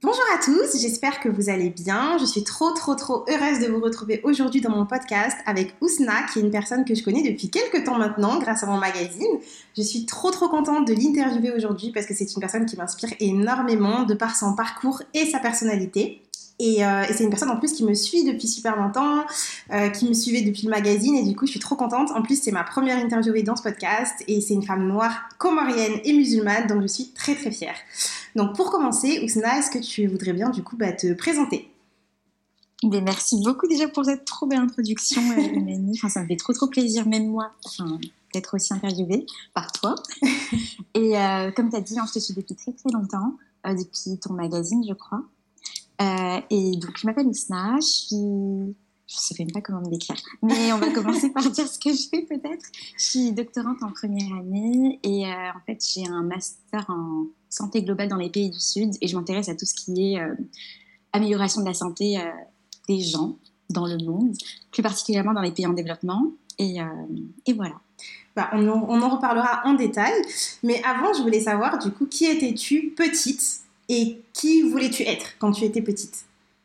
Bonjour à tous, j'espère que vous allez bien. Je suis trop heureuse de vous retrouver aujourd'hui dans mon podcast avec Ousna, qui est une personne que je connais depuis quelques temps maintenant grâce à mon magazine. Je suis trop contente de l'interviewer aujourd'hui parce que c'est une personne qui m'inspire énormément de par son parcours et sa personnalité. Et c'est une personne en plus qui me suit depuis super longtemps, qui me suivait depuis le magazine et du coup je suis trop contente. En plus c'est ma première interviewée dans ce podcast et c'est une femme noire, comorienne et musulmane, donc je suis très fière. Donc pour commencer, Ousna, est-ce que tu voudrais bien du coup te présenter? Ben, merci beaucoup déjà pour cette trop belle introduction, Imani. Enfin, ça me fait trop plaisir, même moi, d'être aussi interviewée par toi. Et comme tu as dit, je te suis depuis très longtemps, depuis ton magazine, je crois. Et donc, je m'appelle Ousna, je ne sais même pas comment me décrire. Mais on va commencer par dire ce que je fais peut-être. Je suis doctorante en première année et en fait, j'ai un master en santé globale dans les pays du Sud et je m'intéresse à tout ce qui est amélioration de la santé des gens dans le monde, plus particulièrement dans les pays en développement. Et voilà. On en reparlera en détail. Mais avant, je voulais savoir du coup, qui étais-tu petite et qui voulais-tu être quand tu étais petite?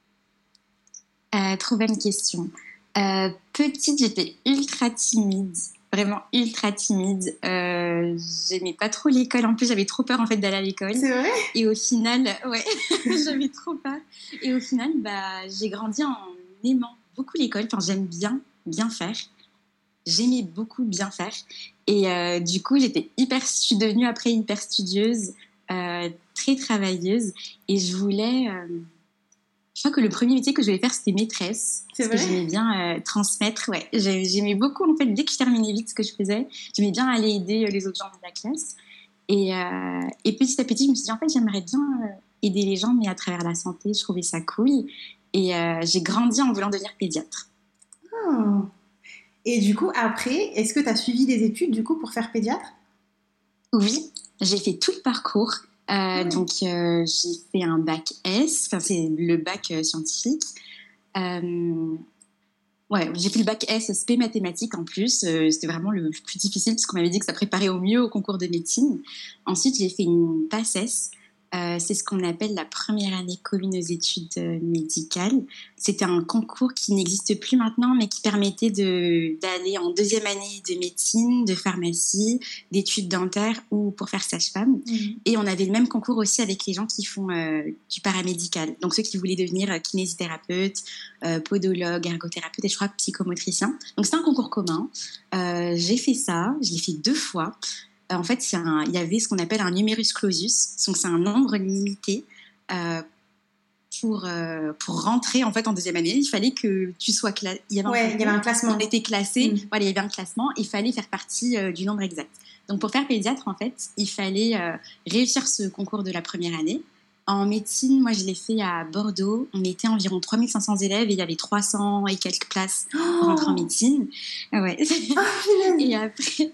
Trop bonne question. Petite, j'étais ultra timide. Vraiment ultra timide. J'aimais pas trop l'école. En plus, j'avais trop peur en fait d'aller à l'école. C'est vrai? Et au final, ouais, j'avais trop peur. Et au final, j'ai grandi en aimant beaucoup l'école. Enfin, j'aime bien faire. J'aimais beaucoup bien faire. Et du coup, je suis devenue après hyper studieuse, très travailleuse. Et je crois que le premier métier que je voulais faire, c'était maîtresse. C'est parce vrai? que j'aimais bien transmettre. Ouais. J'aimais beaucoup, en fait, dès que je terminais vite ce que je faisais, j'aimais bien aller aider les autres gens de la classe. Et petit à petit, je me suis dit, en fait, j'aimerais bien aider les gens, mais à travers la santé, je trouvais ça cool. Et j'ai grandi en voulant devenir pédiatre. Oh. Et du coup, après, est-ce que tu as suivi des études du coup pour faire pédiatre? Oui, j'ai fait tout le parcours. Donc, j'ai fait un bac S, enfin, c'est le bac scientifique. Ouais, j'ai fait le bac S, SP mathématiques en plus. C'était vraiment le plus difficile parce qu'on m'avait dit que ça préparait au mieux au concours de médecine. Ensuite, j'ai fait une PACES. C'est ce qu'on appelle la première année commune aux études médicales. C'était un concours qui n'existe plus maintenant, mais qui permettait d'aller en deuxième année de médecine, de pharmacie, d'études dentaires ou pour faire sage-femme. Et on avait le même concours aussi avec les gens qui font du paramédical. Donc ceux qui voulaient devenir kinésithérapeute, podologue, ergothérapeute et je crois psychomotricien. Donc c'était un concours commun. J'ai fait ça, je l'ai fait 2 fois. En fait, il y avait ce qu'on appelle un numerus clausus, donc c'est un nombre limité pour rentrer en fait en deuxième année. Il fallait que tu sois classé. Il y avait un classement. On était classé. Voilà, il y avait un classement. Il fallait faire partie du nombre exact. Donc pour faire pédiatre, en fait, il fallait réussir ce concours de la première année. En médecine, moi, je l'ai fait à Bordeaux. On était environ 3500 élèves et il y avait 300 et quelques places pour rentrer en médecine. Ouais. Et après,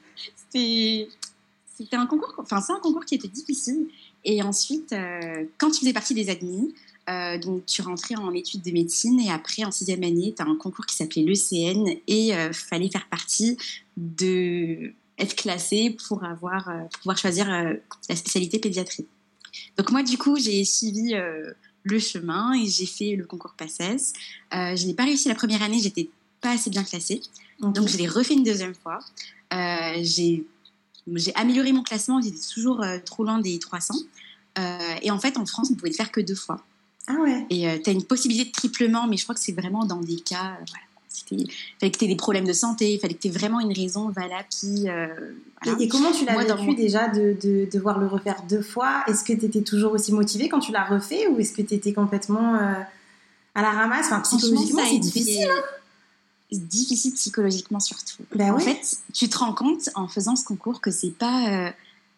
c'était un concours, c'est un concours qui était difficile. Et ensuite, quand tu faisais partie des admis, donc tu rentrais en études de médecine et après, en 6e année, tu as un concours qui s'appelait l'ECN et fallait faire partie être classé pour pouvoir choisir la spécialité pédiatrie. Donc moi, du coup, j'ai suivi le chemin et j'ai fait le concours PACES. Je n'ai pas réussi la première année, j'étais pas assez bien classée. Okay. Donc je l'ai refait une deuxième fois. J'ai amélioré mon classement, j'étais toujours trop loin des 300. Et en fait, en France, on pouvait le faire que 2 fois. Ah ouais. Et tu as une possibilité de triplement, mais je crois que c'est vraiment dans des cas... il fallait que tu aies des problèmes de santé, il fallait que tu aies vraiment une raison valable qui... Voilà. Et comment tu l'as vécu déjà de devoir le refaire 2 fois? Est-ce que tu étais toujours aussi motivée quand tu l'as refait ou est-ce que tu étais complètement à la ramasse? Enfin, psychologiquement, c'est difficile, hein? Difficile psychologiquement surtout. Ben en fait, tu te rends compte en faisant ce concours que c'est pas...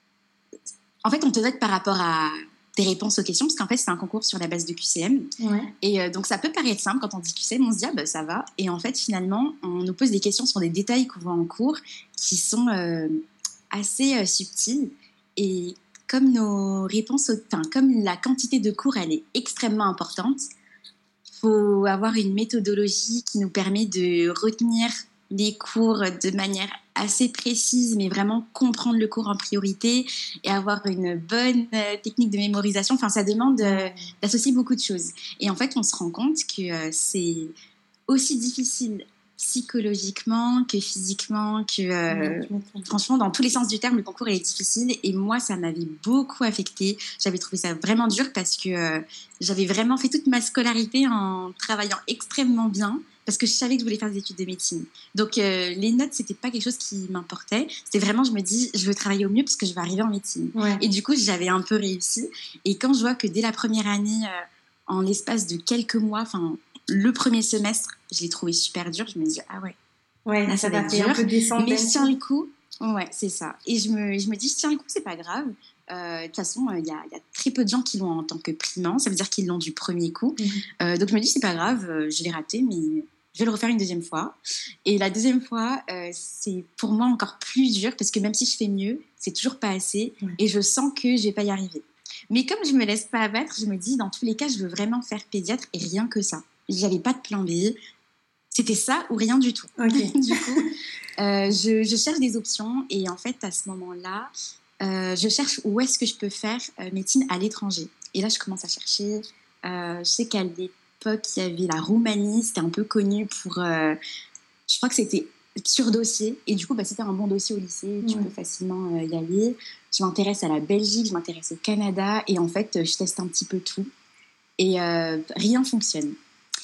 En fait, on te note par rapport à tes réponses aux questions, parce qu'en fait, c'est un concours sur la base de QCM. Ouais. Et donc, ça peut paraître simple quand on dit QCM, on se dit, ça va. Et en fait, finalement, on nous pose des questions sur des détails qu'on voit en cours qui sont assez subtils. Et comme nos réponses, comme la quantité de cours, elle est extrêmement importante, il faut avoir une méthodologie qui nous permet de retenir les cours de manière assez précises, mais vraiment comprendre le cours en priorité et avoir une bonne technique de mémorisation. Enfin, ça demande d'associer beaucoup de choses. Et en fait, on se rend compte que c'est aussi difficile psychologiquement que physiquement, que franchement, dans tous les sens du terme, le concours est difficile. Et moi, ça m'avait beaucoup affectée. J'avais trouvé ça vraiment dur parce que j'avais vraiment fait toute ma scolarité en travaillant extrêmement bien, parce que je savais que je voulais faire des études de médecine. Donc, les notes, c'était pas quelque chose qui m'importait. C'était vraiment, je me dis, je veux travailler au mieux parce que je vais arriver en médecine. Ouais. Et du coup, j'avais un peu réussi. Et quand je vois que dès la première année, en l'espace de quelques mois, enfin, le premier semestre, je l'ai trouvé super dur. Je me dis, ah ouais, Ouais, là, ça va être dur. Un peu descendre, mais je tiens le coup. Ouais, c'est ça. Et je me dis, je tiens le coup, c'est pas grave. De toute façon, il y a très peu de gens qui l'ont en tant que primant. Ça veut dire qu'ils l'ont du premier coup. Donc, je me dis, c'est pas grave, je l'ai raté, mais je vais le refaire une deuxième fois. Et la deuxième fois, c'est pour moi encore plus dur parce que même si je fais mieux, c'est toujours pas assez. Et je sens que je vais pas y arriver. Mais comme je me laisse pas abattre, je me dis, dans tous les cas, je veux vraiment faire pédiatre et rien que ça. J'avais pas de plan B. C'était ça ou rien du tout. Okay. Du coup, je cherche des options et en fait, à ce moment-là, je cherche où est-ce que je peux faire médecine à l'étranger. Et là, je commence à chercher. Je sais qu'à l'époque, il y avait la Roumanie, c'était un peu connu pour... je crois que c'était sur dossier. Et du coup, si tu as un bon dossier au lycée, tu peux facilement y aller. Je m'intéresse à la Belgique, je m'intéresse au Canada. Et en fait, je teste un petit peu tout. Et rien ne fonctionne.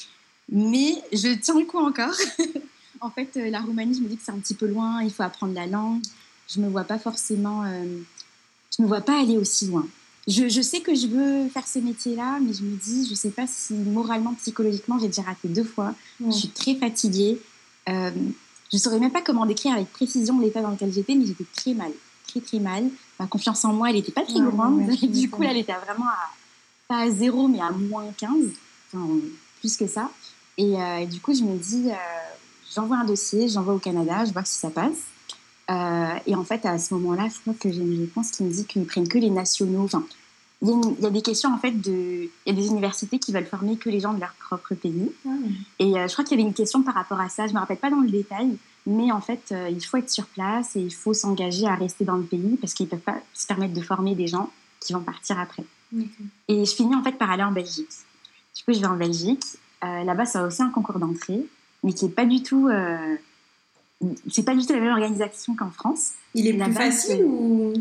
Mais je tiens le coup encore. En fait, la Roumanie, je me dis que c'est un petit peu loin, il faut apprendre la langue. Je me vois pas forcément... je me vois pas aller aussi loin. Je sais que je veux faire ce métier-là, mais je me dis, je sais pas si moralement, psychologiquement, j'ai déjà raté 2 fois. Je suis très fatiguée. Je saurais même pas comment décrire avec précision l'état dans lequel j'étais, mais j'étais très mal. Très, très mal. Ma confiance en moi, elle était pas très grande. Du coup, là, elle était vraiment pas à 0, mais à moins 15. Enfin, plus que ça. Et du coup, je me dis, j'envoie un dossier, j'envoie au Canada, je vois si ça passe. Et en fait, à ce moment-là, je crois que j'ai une réponse qui me dit qu'ils ne prennent que les nationaux. Enfin, il y a des questions, en fait, il y a des universités qui veulent former que les gens de leur propre pays. Et je crois qu'il y avait une question par rapport à ça. Je ne me rappelle pas dans le détail, mais en fait, il faut être sur place et il faut s'engager à rester dans le pays parce qu'ils ne peuvent pas se permettre de former des gens qui vont partir après. Et je finis, en fait, par aller en Belgique. Du coup, je vais en Belgique. Là-bas, ça a aussi un concours d'entrée, mais qui n'est pas du tout... c'est pas du tout la même organisation qu'en France. Il est plus facile ou...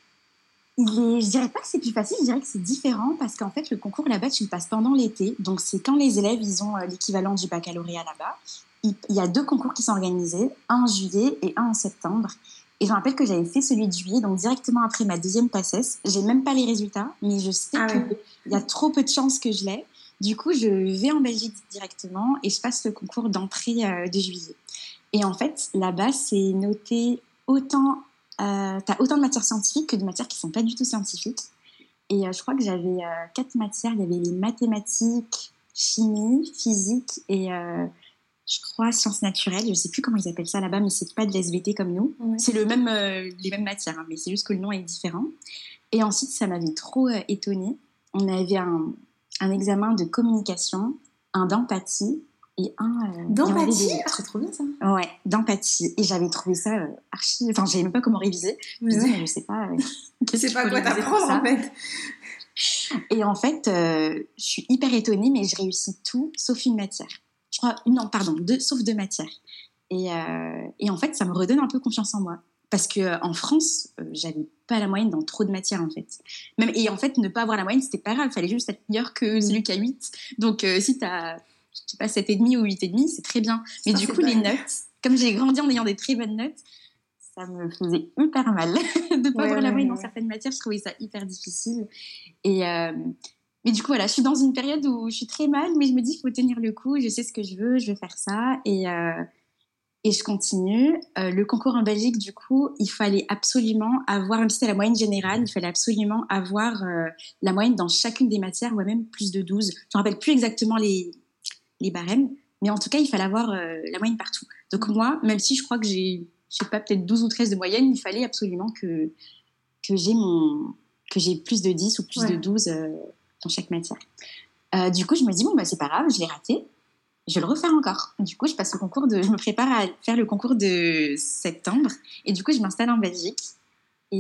Je dirais pas que c'est plus facile, je dirais que c'est différent parce qu'en fait, le concours là-bas, tu le passes pendant l'été. Donc, c'est quand les élèves, ils ont l'équivalent du baccalauréat là-bas. Il y a 2 concours qui sont organisés, un en juillet et un en septembre. Et je me rappelle que j'avais fait celui de juillet, donc directement après ma deuxième PACES. J'ai même pas les résultats, mais je sais qu'il y a trop peu de chances que je l'ai. Du coup, je vais en Belgique directement et je passe le concours d'entrée de juillet. Et en fait, là-bas, c'est noté autant... t'as autant de matières scientifiques que de matières qui ne sont pas du tout scientifiques. Et je crois que j'avais 4 matières. Il y avait les mathématiques, chimie, physique et je crois sciences naturelles. Je ne sais plus comment ils appellent ça là-bas, mais c'est pas de l'SVT comme nous. C'est les mêmes matières, hein, mais c'est juste que le nom est différent. Et ensuite, ça m'avait trop étonnée. On avait un examen de communication, un d'empathie et un... d'empathie, c'est trop bien ça. Ouais, d'empathie. Et j'avais trouvé ça archi... Enfin, je savais même pas comment réviser. Je me disais, mais je sais pas... c'est pas quoi t'apprendre en fait. Et en fait, je suis hyper étonnée, mais je réussis tout sauf une matière. Je crois... Non, pardon, sauf 2 matières. Et en fait, ça me redonne un peu confiance en moi. Parce qu'en France, j'avais pas la moyenne dans trop de matières, en fait. Et en fait, ne pas avoir la moyenne, c'était pas grave. Il fallait juste être meilleur que celui qui a 8. Donc, si t'as... je sais pas, 7,5 ou 8,5, c'est très bien. Mais ça, du coup, les notes, comme j'ai grandi en ayant des très bonnes notes, ça me faisait hyper mal de ne pas avoir la moyenne dans certaines matières. Je trouvais ça hyper difficile. Mais du coup, voilà, je suis dans une période où je suis très mal, mais je me dis qu'il faut tenir le coup. Je sais ce que je veux faire ça. Et je continue. Le concours en Belgique, du coup, il fallait absolument avoir, même si c'était la moyenne générale, il fallait absolument avoir la moyenne dans chacune des matières, ou même plus de 12. Je ne me rappelle plus exactement les barèmes, mais en tout cas, il fallait avoir la moyenne partout. Donc moi, même si je crois que j'ai, je sais pas, peut-être 12 ou 13 de moyenne, il fallait absolument que j'ai plus de 10 ou plus de 12 dans chaque matière. Du coup, je me dis, bon, c'est pas grave, je l'ai raté. je vais le refaire encore. Du coup, je me prépare à faire le concours de septembre. Et du coup, je m'installe en Belgique et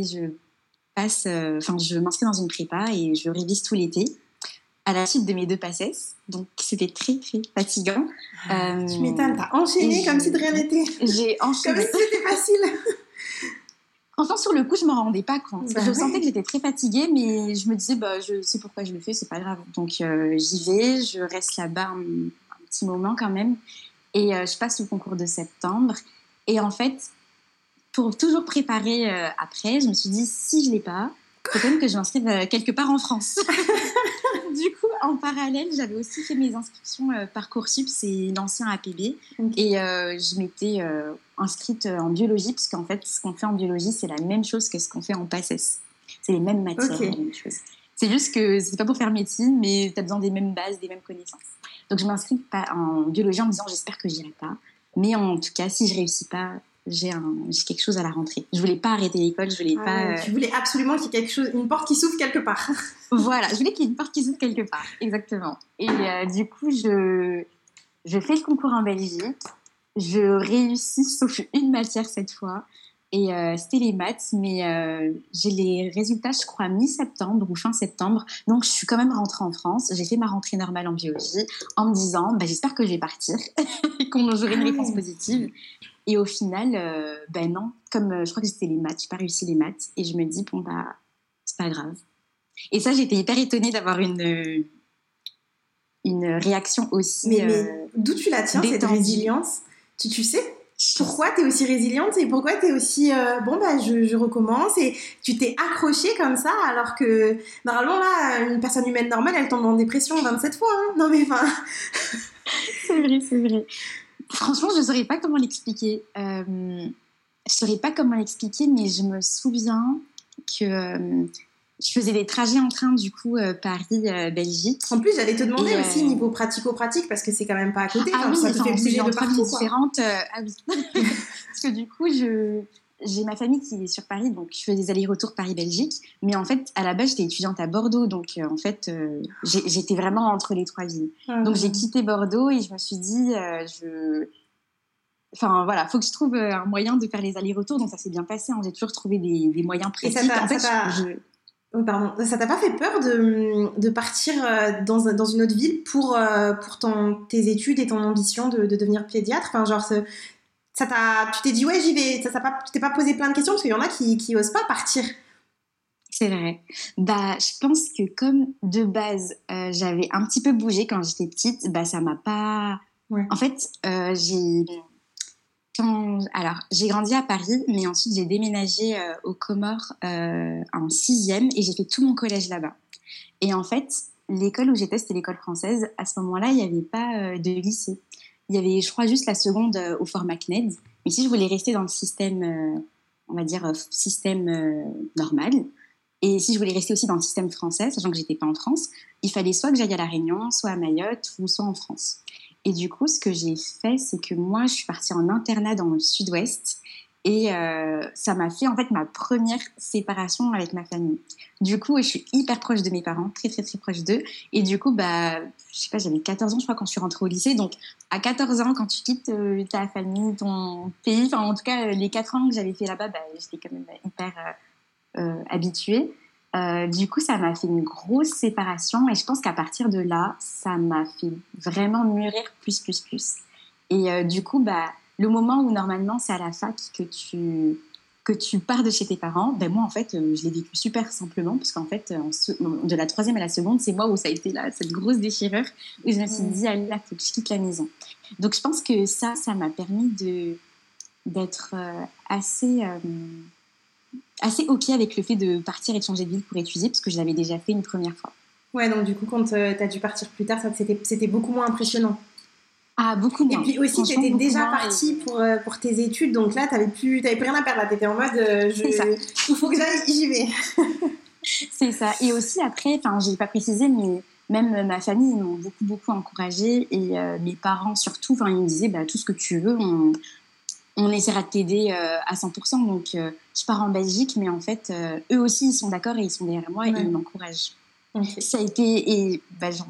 je m'inscris dans une prépa et je révise tout l'été à la suite de mes 2 PACES. Donc, c'était très, très fatigant. Tu m'étonnes, t'as enchaîné comme si de rien n'était. J'ai enchaîné. Comme si c'était facile. Franchement, sur le coup, je ne m'en rendais pas compte. Bah je ouais. sentais que j'étais très fatiguée, mais je me disais, je sais pourquoi je le fais, c'est pas grave. Donc, j'y vais, je reste là-bas un petit moment quand même. Et je passe le concours de septembre. Et en fait, pour toujours préparer après, je me suis dit, si je ne l'ai pas, il faut quand même que je m'inscrive quelque part en France. Du coup, en parallèle, j'avais aussi fait mes inscriptions Parcoursup, c'est l'ancien APB. Okay. Et je m'étais inscrite en biologie, parce qu'en fait, ce qu'on fait en biologie, c'est la même chose que ce qu'on fait en PACES. C'est les mêmes matières, okay. La même chose. C'est juste que c'est pas pour faire médecine, mais tu as besoin des mêmes bases, des mêmes connaissances. Donc, je m'inscris en biologie en me disant, j'espère que j'irai pas. Mais en tout cas, si je réussis pas, j'ai quelque chose à la rentrée. Je voulais pas arrêter l'école, je voulais pas... Tu voulais absolument qu'il y ait quelque chose, une porte qui s'ouvre quelque part. Voilà, je voulais qu'il y ait une porte qui s'ouvre quelque part, exactement. Et du coup, je fais le concours en Belgique, je réussis, sauf une matière cette fois, et c'était les maths, mais j'ai les résultats, je crois, mi-septembre ou fin septembre, donc je suis quand même rentrée en France, j'ai fait ma rentrée normale en biologie, en me disant, j'espère que je vais partir, et qu'on j'aurai une réponse positive. Et au final, non, comme je crois que c'était les maths, j'ai pas réussi les maths, et je me dis, c'est pas grave. Et ça, j'étais hyper étonnée d'avoir une réaction aussi. Mais d'où tu la tiens, cette résilience? Tu sais pourquoi tu es aussi résiliente et pourquoi tu es aussi je recommence, et tu t'es accrochée comme ça, alors que normalement, là, une personne humaine normale, elle tombe en dépression 27 fois. Hein. Non, mais enfin. C'est vrai. Franchement, je ne saurais pas comment l'expliquer. Mais je me souviens que je faisais des trajets en train, du coup, Paris-Belgique. En plus, j'allais te demander aussi niveau pratico-pratique, parce que c'est quand même pas à côté. Ah oui, ça te fait bouger de partout. Différentes. Ah oui. Parce que du coup, j'ai ma famille qui est sur Paris, donc je fais des allers-retours Paris-Belgique. Mais en fait, à la base, j'étais étudiante à Bordeaux, donc j'étais vraiment entre les 3 villes. Donc j'ai quitté Bordeaux et je me suis dit, Enfin, voilà, faut que je trouve un moyen de faire les allers-retours. Donc, ça s'est bien passé. Hein. J'ai toujours trouvé des moyens pratiques. Ça t'a pas fait peur de partir dans une autre ville pour tes études et ton ambition de devenir pédiatre? Enfin, genre, tu t'es dit, ouais, j'y vais. Tu t'es pas posé plein de questions, parce qu'il y en a qui osent pas partir. C'est vrai. Je pense que comme de base, j'avais un petit peu bougé quand j'étais petite, ça m'a pas... Ouais. En fait, j'ai grandi à Paris, mais ensuite j'ai déménagé aux Comores en 6e et j'ai fait tout mon collège là-bas. Et en fait, l'école où j'étais, c'était l'école française. À ce moment-là, il n'y avait pas de lycée. Il y avait, je crois, juste la seconde au format CNED. Mais si je voulais rester dans le système, système normal, et si je voulais rester aussi dans le système français, sachant que je n'étais pas en France, il fallait soit que j'aille à La Réunion, soit à Mayotte, ou soit en France. Et du coup, ce que j'ai fait, c'est que moi, je suis partie en internat dans le sud-ouest. Et ça m'a fait, en fait, ma première séparation avec ma famille. Du coup, je suis hyper proche de mes parents, très, très, très proche d'eux. Et du coup, je sais pas, j'avais 14 ans, je crois, quand je suis rentrée au lycée. Donc, à 14 ans, quand tu quittes ta famille, ton pays, enfin, en tout cas, les 4 ans que j'avais fait là-bas, j'étais quand même hyper habituée. Du coup, ça m'a fait une grosse séparation et je pense qu'à partir de là, ça m'a fait vraiment mûrir plus. Et du coup, le moment où normalement c'est à la fac que tu pars de chez tes parents, moi en fait, je l'ai vécu super simplement parce qu'en fait, de la 3e à la seconde, c'est moi où ça a été là, cette grosse déchirure où je me suis dit, allez là, faut que je quitte la maison. Donc je pense que ça m'a permis d'être assez OK avec le fait de partir et de changer de ville pour étudier, parce que je l'avais déjà fait une première fois. Ouais, donc du coup, quand tu as dû partir plus tard, c'était beaucoup moins impressionnant. Ah, beaucoup moins. Et puis aussi, tu étais déjà partie pour tes études, donc là, tu n'avais plus rien à perdre. Là, tu étais en mode, il faut que j'aille, j'y vais. C'est ça. Et aussi, après, je n'ai pas précisé, mais même ma famille, ils m'ont beaucoup encouragée, et mes parents surtout, ils me disaient, tout ce que tu veux, on essaiera de t'aider à 100%. Donc, je pars en Belgique, mais en fait, eux aussi, ils sont d'accord et ils sont derrière moi et ils m'encouragent. Okay. Ça a été, et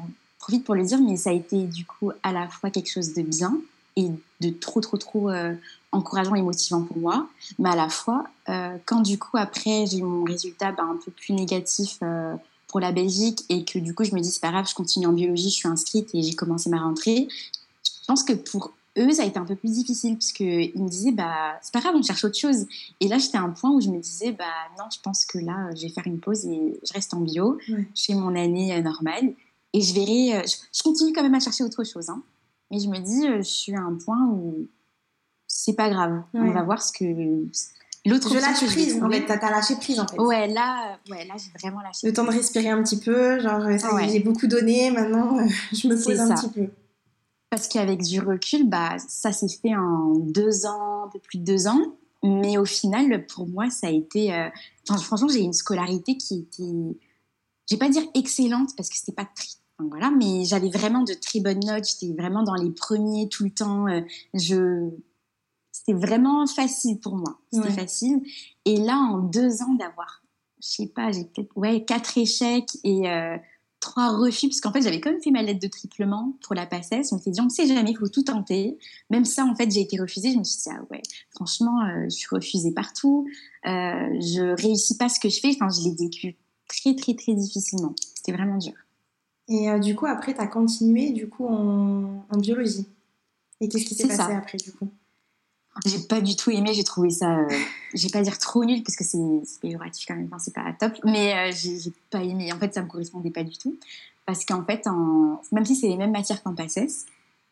profite pour le dire, mais ça a été du coup à la fois quelque chose de bien et de trop encourageant et motivant pour moi, mais à la fois, quand du coup après j'ai eu mon résultat un peu plus négatif pour la Belgique et que du coup je me dis c'est pas grave, je continue en biologie, je suis inscrite et j'ai commencé ma rentrée, je pense que pour eux ça a été un peu plus difficile parce qu'ils me disaient c'est pas grave, on cherche autre chose. Et là j'étais à un point où je me disais non, je pense que là je vais faire une pause et je reste en bio, je fais mon année normale et je verrai, je continue quand même à chercher autre chose, hein. Mais je me dis, je suis à un point où c'est pas grave. On va voir ce que l'autre je lâche prise, en fait. T'as lâché prise, en fait. Ouais, là j'ai vraiment lâché prise. Le temps de respirer un petit peu, genre, ça y est, j'ai beaucoup donné, maintenant, je me pose un petit peu. Parce qu'avec du recul, ça s'est fait en 2 ans, un peu plus de 2 ans. Mais au final, pour moi, ça a été... franchement, j'ai une scolarité qui était... Je vais pas dire excellente, parce que c'était pas très... Voilà, mais j'avais vraiment de très bonnes notes. J'étais vraiment dans les premiers tout le temps. C'était vraiment facile pour moi. C'était facile. Et là, en 2 ans, d'avoir, je sais pas, j'ai peut-être 4 échecs et 3 refus, parce qu'en fait, j'avais quand même fait ma lettre de triplement pour la PACES. On s'est dit, on ne sait jamais, il faut tout tenter. Même ça, en fait, j'ai été refusée. Je me suis dit, franchement, je suis refusée partout. Je réussis pas ce que je fais. Enfin, je l'ai vécu très, très, très difficilement. C'était vraiment dur. Et du coup, après, tu as continué du coup, en biologie. Et qu'est-ce qui s'est passé après, du coup? J'ai pas du tout aimé, j'ai trouvé ça, je vais pas dire trop nul, parce que c'est péjoratif quand même, c'est pas top, mais j'ai pas aimé. En fait, ça me correspondait pas du tout. Parce qu'en fait, même si c'est les mêmes matières qu'en PACES,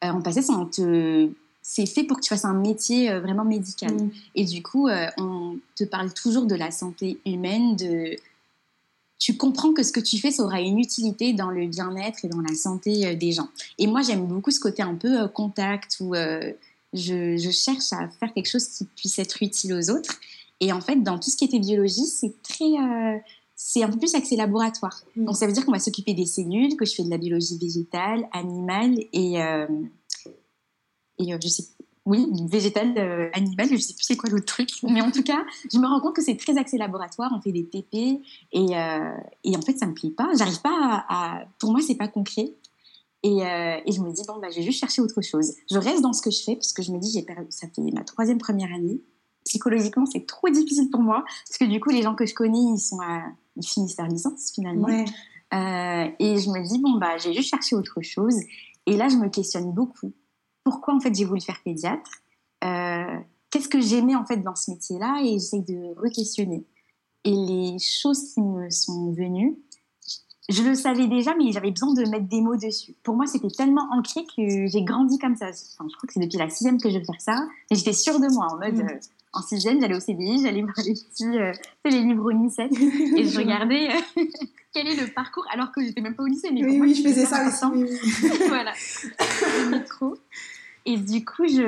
c'est fait pour que tu fasses un métier vraiment médical. Et du coup, on te parle toujours de la santé humaine, tu comprends que ce que tu fais, ça aura une utilité dans le bien-être et dans la santé des gens. Et moi, j'aime beaucoup ce côté un peu contact, où je cherche à faire quelque chose qui puisse être utile aux autres. Et en fait, dans tout ce qui était biologie, c'est un peu plus axé laboratoire. Donc, ça veut dire qu'on va s'occuper des cellules, que je fais de la biologie végétale, animale et je sais oui, végétal, animal, je sais plus c'est quoi l'autre truc. Mais en tout cas, je me rends compte que c'est très axé laboratoire, on fait des TP et en fait, ça me plaît pas. J'arrive pas pour moi, c'est pas concret. Et je me dis, je vais juste chercher autre chose. Je reste dans ce que je fais parce que je me dis, ça fait ma 3e première année. Psychologiquement, c'est trop difficile pour moi parce que du coup, les gens que je connais, ils finissent leur licence finalement. Et je me dis, je vais juste chercher autre chose. Et là, je me questionne beaucoup. Pourquoi en fait j'ai voulu faire pédiatre, qu'est-ce que j'aimais en fait dans ce métier-là, et j'essaie de re-questionner. Et les choses qui me sont venues, je le savais déjà, mais j'avais besoin de mettre des mots dessus. Pour moi, c'était tellement ancré que j'ai grandi comme ça. Enfin, je crois que c'est depuis la 6e que je vais faire ça, et j'étais sûre de moi, en mode en 6e, j'allais au CDI, j'allais voir les petits, les livres UNICEF, et je regardais quel est le parcours, alors que j'étais même pas au lycée. Mais oui, je faisais ça aussi. Oui. Voilà, j'aimais trop. Et du coup, je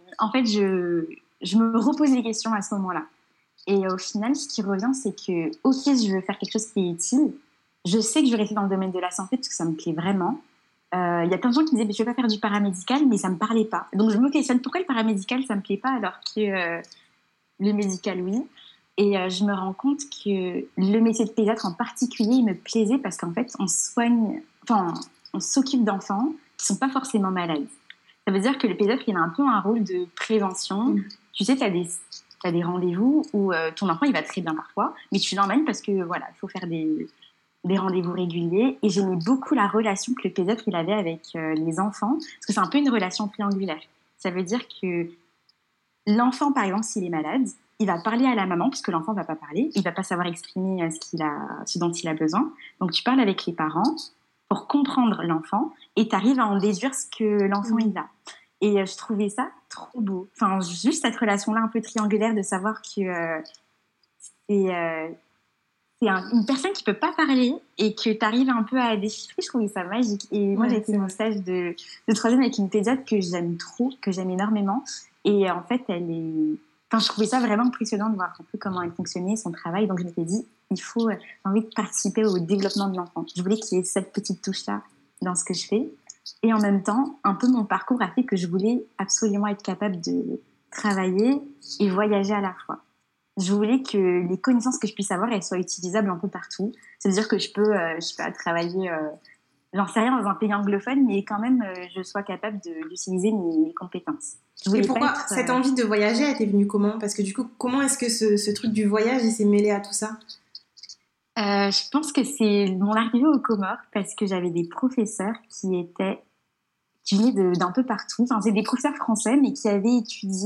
me repose les questions à ce moment-là. Et au final, ce qui revient, c'est que, ok, je veux faire quelque chose qui est utile. Je sais que je vais rester dans le domaine de la santé parce que ça me plaît vraiment. Il y a plein de gens qui me disaient, je ne vais pas faire du paramédical, mais ça ne me parlait pas. Donc, je me questionne, pourquoi le paramédical, ça ne me plaît pas, alors que le médical, oui. Et je me rends compte que le métier de pédiatre en particulier, il me plaisait parce qu'en fait, on s'occupe d'enfants qui ne sont pas forcément malades. Ça veut dire que le pédiatre, il a un peu un rôle de prévention. Tu sais, tu as des rendez-vous où ton enfant, il va très bien parfois, mais tu l'emmènes parce que, voilà, il faut faire des rendez-vous réguliers. Et j'aimais beaucoup la relation que le pédiatre, il avait avec les enfants, parce que c'est un peu une relation triangulaire. Ça veut dire que l'enfant, par exemple, s'il est malade, il va parler à la maman, parce que l'enfant ne va pas parler, il ne va pas savoir exprimer ce dont il a besoin. Donc, tu parles avec les parents pour comprendre l'enfant, et tu arrives à en déduire ce que l'enfant il a. Et je trouvais ça trop beau. Enfin, juste cette relation-là un peu triangulaire, de savoir que c'est une personne qui ne peut pas parler et que tu arrives un peu à déchiffrer. Je trouvais ça magique. Et moi, j'ai fait mon stage de 3e avec une pédiatre que j'aime trop, que j'aime énormément. Et en fait, je trouvais ça vraiment impressionnant de voir un peu comment elle fonctionnait, son travail. Donc, je m'étais dit, j'ai envie de participer au développement de l'enfant. Je voulais qu'il y ait cette petite touche-là dans ce que je fais. Et en même temps, un peu mon parcours a fait que je voulais absolument être capable de travailler et voyager à la fois. Je voulais que les connaissances que je puisse avoir, elles soient utilisables un peu partout. Ça veut dire que je peux travailler j'en sais rien, dans un pays anglophone, mais quand même, je sois capable d'utiliser mes compétences. Et pourquoi cette envie de voyager, elle t'est venue comment? Parce que du coup, comment est-ce que ce truc du voyage, il s'est mêlé à tout ça? Je pense que c'est mon arrivée aux Comores parce que j'avais des professeurs qui venaient d'un peu partout. Enfin, c'est des professeurs français, mais qui avaient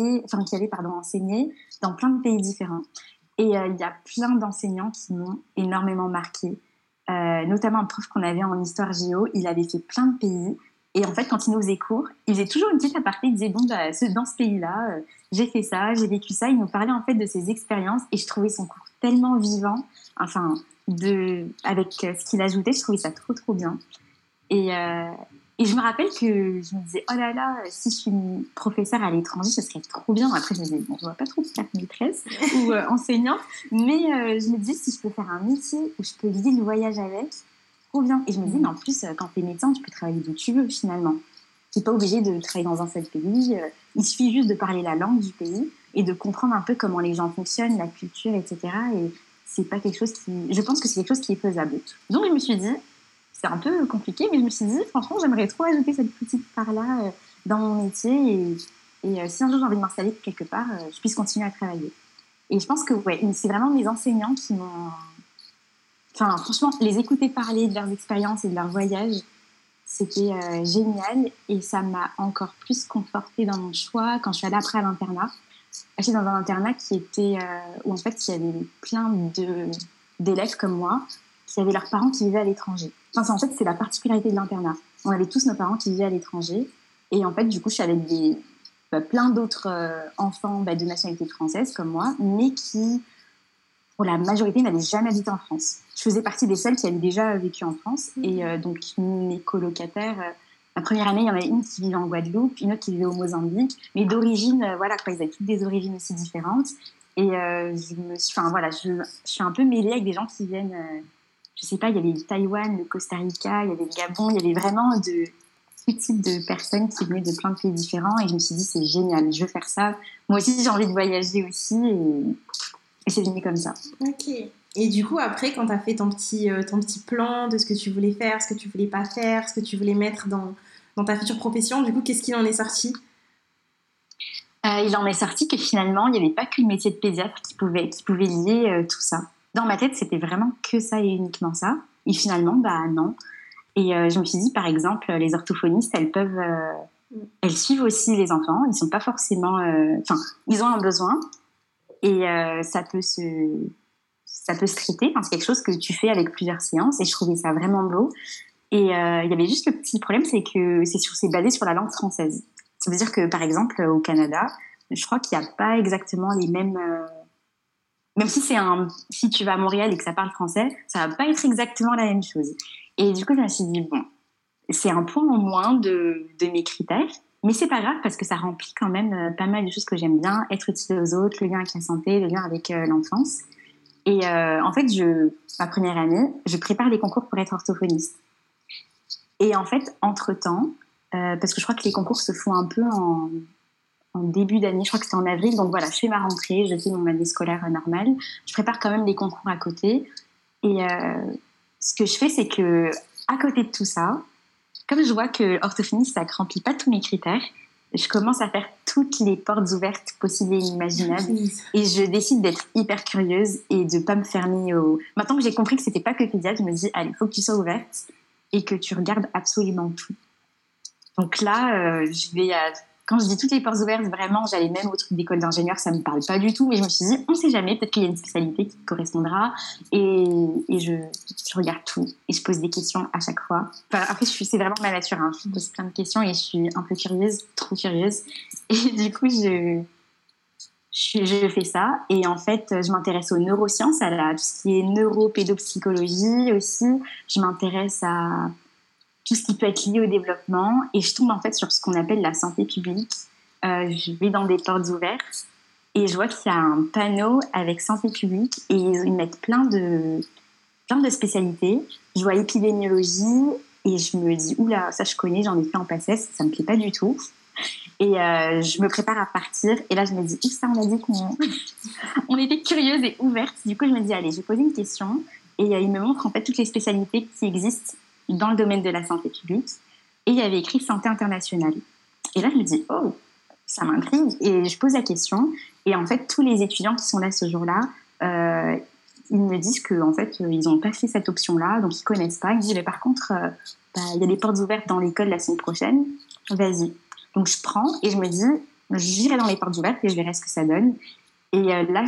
enseigné dans plein de pays différents. Et il y a plein d'enseignants qui m'ont énormément marquée. Notamment un prof qu'on avait en histoire géo, il avait fait plein de pays. Et en fait, quand il nous faisait cours, il faisait toujours une petite aparté. Il disait, bon, bah, dans ce pays-là, j'ai fait ça, j'ai vécu ça. Il nous parlait en fait de ses expériences et je trouvais son cours tellement vivant. Enfin, avec ce qu'il ajoutait, je trouvais ça trop, trop bien. Et, euh, et je me rappelle que je me disais, oh là là, si je suis une professeure à l'étranger, ce serait trop bien. Après, je me disais, bon, je ne vois pas trop faire maîtresse ou enseignante, mais je me dis, si je peux faire un métier où je peux lier le voyage avec, trop bien. Et je me dis, mais en plus, quand tu es médecin, tu peux travailler d'où tu veux finalement. Tu n'es pas obligé de travailler dans un seul pays. Il suffit juste de parler la langue du pays et de comprendre un peu comment les gens fonctionnent, la culture, etc. Et c'est pas quelque chose qui. Je pense que c'est quelque chose qui est faisable. Donc, je me suis dit, c'est un peu compliqué, mais je me suis dit, franchement, j'aimerais trop ajouter cette petite part-là dans mon métier. Et si un jour j'ai envie de m'installer quelque part, je puisse continuer à travailler. Et je pense que ouais, c'est vraiment mes enseignants qui m'ont. Enfin, franchement, les écouter parler de leurs expériences et de leurs voyages, c'était génial. Et ça m'a encore plus confortée dans mon choix quand je suis allée après à l'internat. J'étais dans un internat qui était où en fait il y avait plein d'élèves comme moi qui avaient leurs parents qui vivaient à l'étranger. Enfin, en fait, c'est la particularité de l'internat. On avait tous nos parents qui vivaient à l'étranger. Et en fait, du coup, je suis avec plein d'autres enfants de nationalité française comme moi, mais qui, pour la majorité, n'avaient jamais habité en France. Je faisais partie des seules qui avaient déjà vécu en France. Et donc, mes colocataires, la première année, il y en avait une qui vivait en Guadeloupe, une autre qui vivait au Mozambique. Mais d'origine, voilà, quoi, ils avaient toutes des origines aussi différentes. Et je suis un peu mêlée avec des gens qui viennent... je sais pas, il y avait le Taïwan, le Costa Rica, il y avait le Gabon, il y avait vraiment tout type de personnes qui venaient de plein de pays différents et je me suis dit c'est génial, je veux faire ça. Moi aussi j'ai envie de voyager aussi et c'est venu comme ça. Ok. Et du coup après quand tu as fait ton petit plan de ce que tu voulais faire, ce que tu voulais pas faire, ce que tu voulais mettre dans ta future profession, du coup qu'est-ce qu'il en est sorti? Il en est sorti que finalement il n'y avait pas que le métier de pédiatre qui pouvait lier tout ça. Dans ma tête, c'était vraiment que ça et uniquement ça. Et finalement, bah non. Et je me suis dit, par exemple, les orthophonistes, elles suivent aussi les enfants. Ils sont pas forcément, ils ont un besoin et ça peut se traiter. Enfin, c'est quelque chose que tu fais avec plusieurs séances et je trouvais ça vraiment beau. Et il y avait juste le petit problème, c'est que c'est basé sur la langue française. Ça veut dire que, par exemple, au Canada, je crois qu'il n'y a pas exactement les mêmes même si tu vas à Montréal et que ça parle français, ça va pas être exactement la même chose. Et du coup, je me suis dit, bon, c'est un point en moins de mes critères, mais c'est pas grave parce que ça remplit quand même pas mal de choses que j'aime bien, être utile aux autres, le lien avec la santé, le lien avec l'enfance. Et en fait, ma première année, je prépare les concours pour être orthophoniste. Et en fait, entre-temps, parce que je crois que les concours se font un peu en début d'année, je crois que c'était en avril, donc voilà, je fais ma rentrée, je fais mon année scolaire normale, je prépare quand même les concours à côté, et ce que je fais, c'est que à côté de tout ça, comme je vois que orthophoniste, ça ne remplit pas tous mes critères, je commence à faire toutes les portes ouvertes possibles et inimaginables, et je décide d'être hyper curieuse et de ne pas me fermer au... Maintenant que j'ai compris que c'était pas que pédiatre, je me dis, allez, il faut que tu sois ouverte et que tu regardes absolument tout. Donc là, quand je dis toutes les portes ouvertes, vraiment, j'allais même au truc d'école d'ingénieur, ça me parle pas du tout, mais je me suis dit, on sait jamais, peut-être qu'il y a une spécialité qui correspondra, et je regarde tout, et je pose des questions à chaque fois. Enfin, après, c'est vraiment ma nature, hein. Je pose plein de questions, et je suis un peu curieuse, trop curieuse, et du coup, je fais ça, et en fait, je m'intéresse aux neurosciences, à tout ce qui est neuropédopsychologie aussi, je m'intéresse à tout ce qui peut être lié au développement, et je tombe en fait sur ce qu'on appelle la santé publique. Je vais dans des portes ouvertes et je vois qu'il y a un panneau avec santé publique et ils mettent plein de spécialités. Je vois épidémiologie et je me dis oula, ça je connais, j'en ai fait en PACES, ça me plaît pas du tout. Et je me prépare à partir et là je me dis ça, on a dit qu'on était curieuse et ouverte. Du coup je me dis allez, je vais poser une question et il me montre en fait toutes les spécialités qui existent dans le domaine de la santé publique et il y avait écrit santé internationale. Et là, je me dis, oh, ça m'intrigue. Et je pose la question. Et en fait, tous les étudiants qui sont là ce jour-là, ils me disent qu'en fait, ils n'ont pas fait cette option-là, donc ils ne connaissent pas. Ils me disent, mais par contre, il y a des portes ouvertes dans l'école la semaine prochaine. Vas-y. Donc, je prends et je me dis, j'irai dans les portes ouvertes et je verrai ce que ça donne. Et là,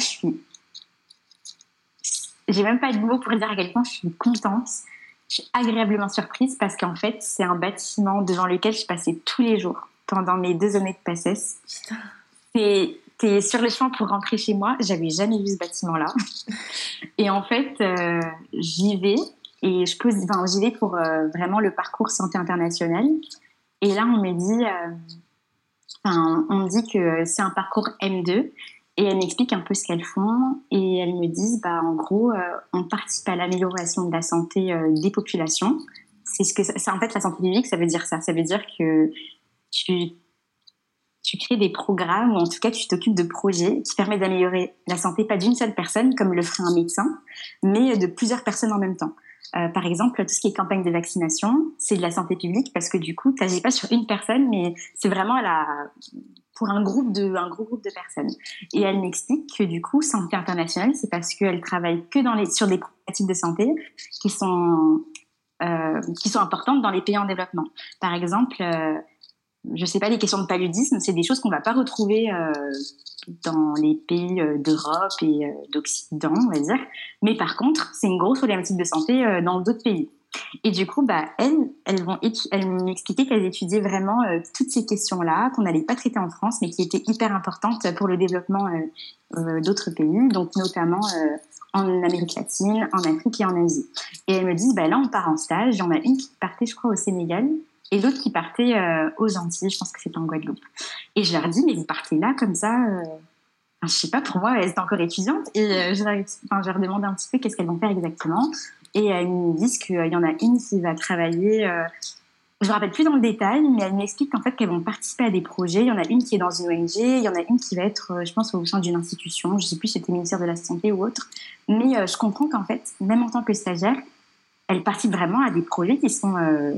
j'ai même pas de mots pour dire à quel point je suis contente. Je suis agréablement surprise parce qu'en fait, c'est un bâtiment devant lequel je passais tous les jours pendant mes 2 années de PACES. T'es sur le chemin pour rentrer chez moi. J'avais jamais vu ce bâtiment-là. Et en fait, j'y vais et j'y vais pour vraiment le parcours santé internationale. Et là, on me dit que c'est un parcours M2. Et elles m'expliquent un peu ce qu'elles font et elles me disent, en gros, on participe à l'amélioration de la santé des populations. C'est en fait la santé publique, ça veut dire ça. Ça veut dire que tu crées des programmes ou en tout cas tu t'occupes de projets qui permettent d'améliorer la santé pas d'une seule personne comme le ferait un médecin, mais de plusieurs personnes en même temps. Par exemple, tout ce qui est campagne de vaccination, c'est de la santé publique parce que du coup, tu n'agis pas sur une personne, mais c'est vraiment pour un gros groupe de personnes. Et elle m'explique que du coup, Santé internationale, c'est parce qu'elle travaille que sur des problématiques de santé qui sont importantes dans les pays en développement. Par exemple, je sais pas, les questions de paludisme, c'est des choses qu'on va pas retrouver dans les pays d'Europe et d'Occident, on va dire. Mais par contre, c'est une grosse problématique de santé dans d'autres pays. Et du coup, elles m'expliquaient qu'elles étudiaient vraiment toutes ces questions-là, qu'on n'allait pas traiter en France, mais qui étaient hyper importantes pour le développement d'autres pays, donc notamment en Amérique latine, en Afrique et en Asie. Et elles me disent, là, on part en stage. Il y en a une qui partait, je crois, au Sénégal, et l'autre qui partait aux Antilles, je pense que c'était en Guadeloupe. Et je leur dis, mais vous partez là, comme ça je sais pas, pour moi, elles étaient encore étudiantes. Et je leur demande un petit peu qu'est-ce qu'elles vont faire exactement. Et elles me disent qu'il y en a une qui va travailler... je me rappelle plus dans le détail, mais elles m'expliquent en fait qu'elles vont participer à des projets. Il y en a une qui est dans une ONG, il y en a une qui va être, je pense, au sein d'une institution. Je sais plus si c'était le ministère de la Santé ou autre. Mais je comprends qu'en fait, même en tant que stagiaire, elles participent vraiment à des projets qui sont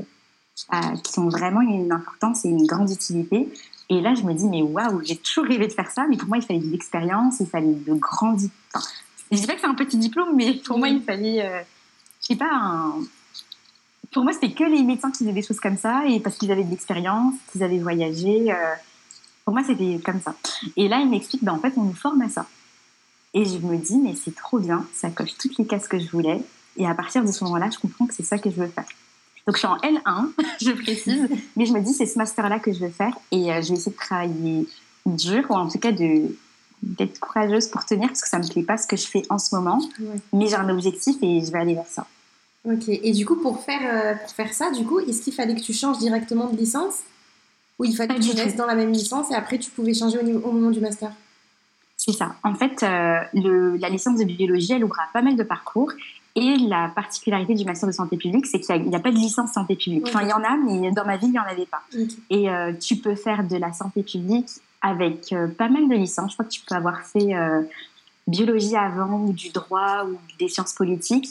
vraiment une importance et une grande utilité. Et là, je me dis, mais waouh, j'ai toujours rêvé de faire ça, mais pour moi, il fallait de l'expérience, il fallait de grands diplômes. Enfin, je dis pas que c'est un petit diplôme, mais pour moi, il fallait, je sais pas, pour moi, c'était que les médecins qui faisaient des choses comme ça, et parce qu'ils avaient de l'expérience, qu'ils avaient voyagé. Pour moi, c'était comme ça. Et là, il m'explique, en fait, on nous forme à ça. Et je me dis, mais c'est trop bien, ça coche toutes les cases que je voulais. Et à partir de ce moment-là, je comprends que c'est ça que je veux faire. Donc, je suis en L1, je précise, mais je me dis, c'est ce master-là que je veux faire et je vais essayer de travailler dur, ou en tout cas d'être courageuse pour tenir, parce que ça ne me plaît pas ce que je fais en ce moment, mais j'ai un objectif et je vais aller vers ça. Ok, et du coup, pour faire ça, du coup, est-ce qu'il fallait que tu changes directement de licence ou il fallait que tu restes dans la même licence et après tu pouvais changer au moment du master? C'est ça. En fait, la licence de biologie, elle ouvre à pas mal de parcours. Et la particularité du master de santé publique, c'est qu'il n'y a pas de licence santé publique. Enfin, il y en a, mais dans ma vie, il n'y en avait pas. Et tu peux faire de la santé publique avec pas mal de licences. Je crois que tu peux avoir fait biologie avant, ou du droit, ou des sciences politiques.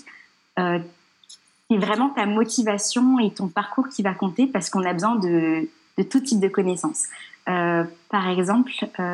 C'est vraiment ta motivation et ton parcours qui va compter, parce qu'on a besoin de tout type de connaissances. Par exemple,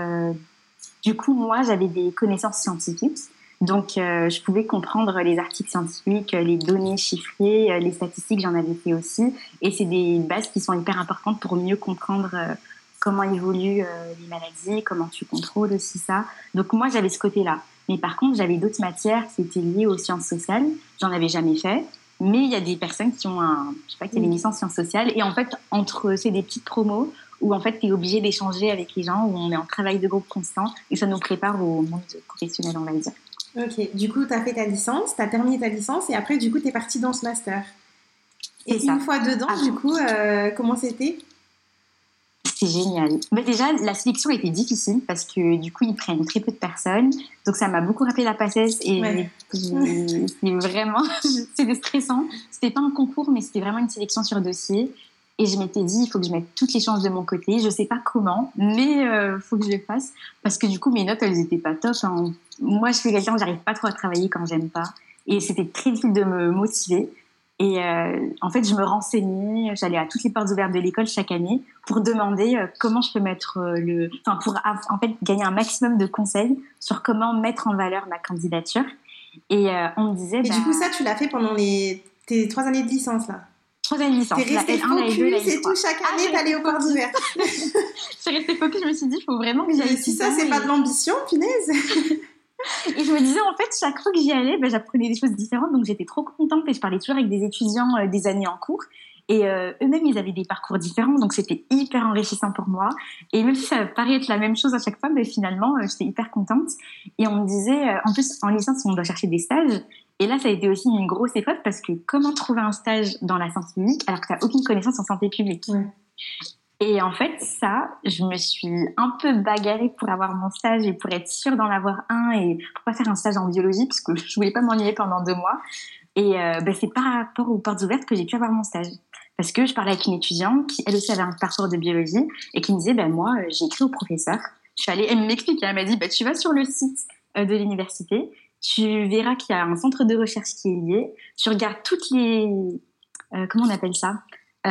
du coup, moi, j'avais des connaissances scientifiques. Donc, je pouvais comprendre les articles scientifiques, les données chiffrées, les statistiques, j'en avais fait aussi. Et c'est des bases qui sont hyper importantes pour mieux comprendre comment évoluent les maladies, comment tu contrôles aussi ça. Donc, moi, j'avais ce côté-là. Mais par contre, j'avais d'autres matières qui étaient liées aux sciences sociales. J'en avais jamais fait. Mais il y a des personnes qui ont qui ont une licence sciences sociales. Et en fait, c'est des petites promos où en fait, tu es obligé d'échanger avec les gens, où on est en travail de groupe constant. Et ça nous prépare au monde professionnel, on va dire. Ok, du coup, tu as fait ta licence, tu as terminé ta licence et après, du coup, tu es partie dans ce master. Et une fois dedans, du coup, comment c'était? C'est génial. Mais déjà, la sélection était difficile parce que du coup, ils prennent très peu de personnes. Donc, ça m'a beaucoup rappelé la PACES et c'est vraiment, c'était stressant. C'était pas un concours, mais c'était vraiment une sélection sur dossier. Et je m'étais dit, il faut que je mette toutes les chances de mon côté. Je sais pas comment, mais faut que je le fasse. Parce que du coup, mes notes, elles étaient pas top. Hein. Moi, je suis quelqu'un, j'arrive pas trop à travailler quand j'aime pas. Et c'était très difficile de me motiver. Et en fait, je me renseignais, j'allais à toutes les portes ouvertes de l'école chaque année pour demander comment je peux mettre en fait gagner un maximum de conseils sur comment mettre en valeur ma candidature. Et on me disait, Et du coup, ça, tu l'as fait pendant tes 3 années de licence, là. 3 années de licence. T'es restée focus et tout, chaque année, t'allais aux portes ouvertes. Je suis restée focus, je me suis dit, il faut vraiment que j'y aille. Si ça, c'est pas de l'ambition, punaise. Et je me disais, en fait, chaque fois que j'y allais, j'apprenais des choses différentes, donc j'étais trop contente et je parlais toujours avec des étudiants des années en cours. Et eux-mêmes, ils avaient des parcours différents, donc c'était hyper enrichissant pour moi. Et même si ça paraît être la même chose à chaque fois, mais finalement, j'étais hyper contente. Et on me disait, en plus, en licence, on doit chercher des stages. Et là, ça a été aussi une grosse épreuve parce que comment trouver un stage dans la santé publique alors que tu n'as aucune connaissance en santé publique? Ouais. Et en fait, ça, je me suis un peu bagarrée pour avoir mon stage et pour être sûre d'en avoir un et pour pas faire un stage en biologie parce que je voulais pas m'ennuyer pendant 2 mois. Et c'est par rapport aux portes ouvertes que j'ai pu avoir mon stage. Parce que je parlais avec une étudiante qui, elle aussi, avait un parcours de biologie et qui me disait, moi, j'ai écrit au professeur. Je suis allée, elle m'explique, elle m'a dit, tu vas sur le site de l'université, tu verras qu'il y a un centre de recherche qui est lié, tu regardes toutes les... comment on appelle ça,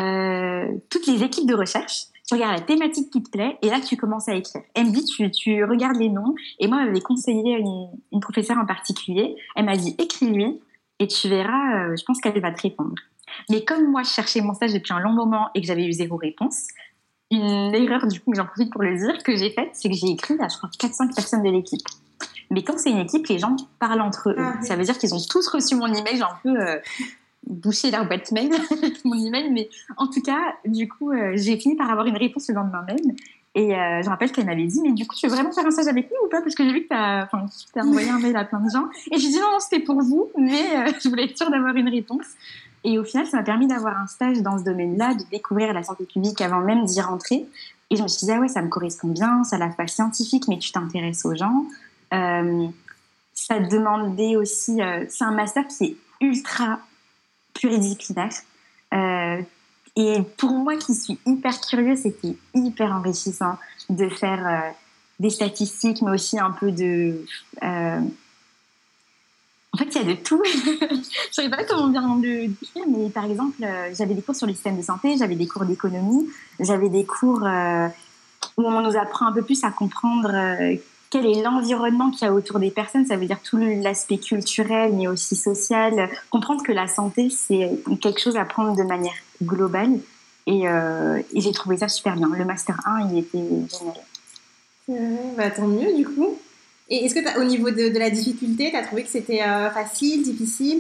toutes les équipes de recherche, tu regardes la thématique qui te plaît et là tu commences à écrire. Elle me dit tu regardes les noms et moi elle m'avait conseillé une professeure en particulier, elle m'a dit écris-lui et tu verras, je pense qu'elle va te répondre. Mais comme moi je cherchais mon stage depuis un long moment et que j'avais eu 0 réponse, une erreur du coup que j'en profite pour le dire que j'ai faite, c'est que j'ai écrit à je crois 4-5 personnes de l'équipe. Mais quand c'est une équipe, les gens parlent entre eux. Ah, oui. Ça veut dire qu'ils ont tous reçu mon email, j'ai un peu bouché leur boîte mail avec mon email, mais en tout cas, du coup, j'ai fini par avoir une réponse le lendemain même. Et je me rappelle qu'elle m'avait dit, mais du coup, tu veux vraiment faire un stage avec nous ou pas? Parce que j'ai vu que t'as envoyé un mail à plein de gens. Et j'ai dit non, c'était pour vous, mais je voulais être sûre d'avoir une réponse. Et au final, ça m'a permis d'avoir un stage dans ce domaine-là, de découvrir la santé publique avant même d'y rentrer. Et je me suis dit, ah ouais, ça me correspond bien, ça a la face scientifique, mais tu t'intéresses aux gens. Ça demandait aussi, c'est un master qui est ultra pluridisciplinaire. Et pour moi qui suis hyper curieuse, c'était hyper enrichissant de faire des statistiques, mais aussi un peu de... En fait, il y a de tout. Je ne savais pas comment bien le décrire, mais par exemple, j'avais des cours sur le système de santé, j'avais des cours d'économie, j'avais des cours où on nous apprend un peu plus à comprendre quel est l'environnement qu'il y a autour des personnes. Ça veut dire tout l'aspect culturel, mais aussi social. Comprendre que la santé, c'est quelque chose à prendre de manière globale. Et j'ai trouvé ça super bien. Le Master 1, il était génial. Tant mieux, du coup. Et est-ce que au niveau de la difficulté, tu as trouvé que c'était facile, difficile?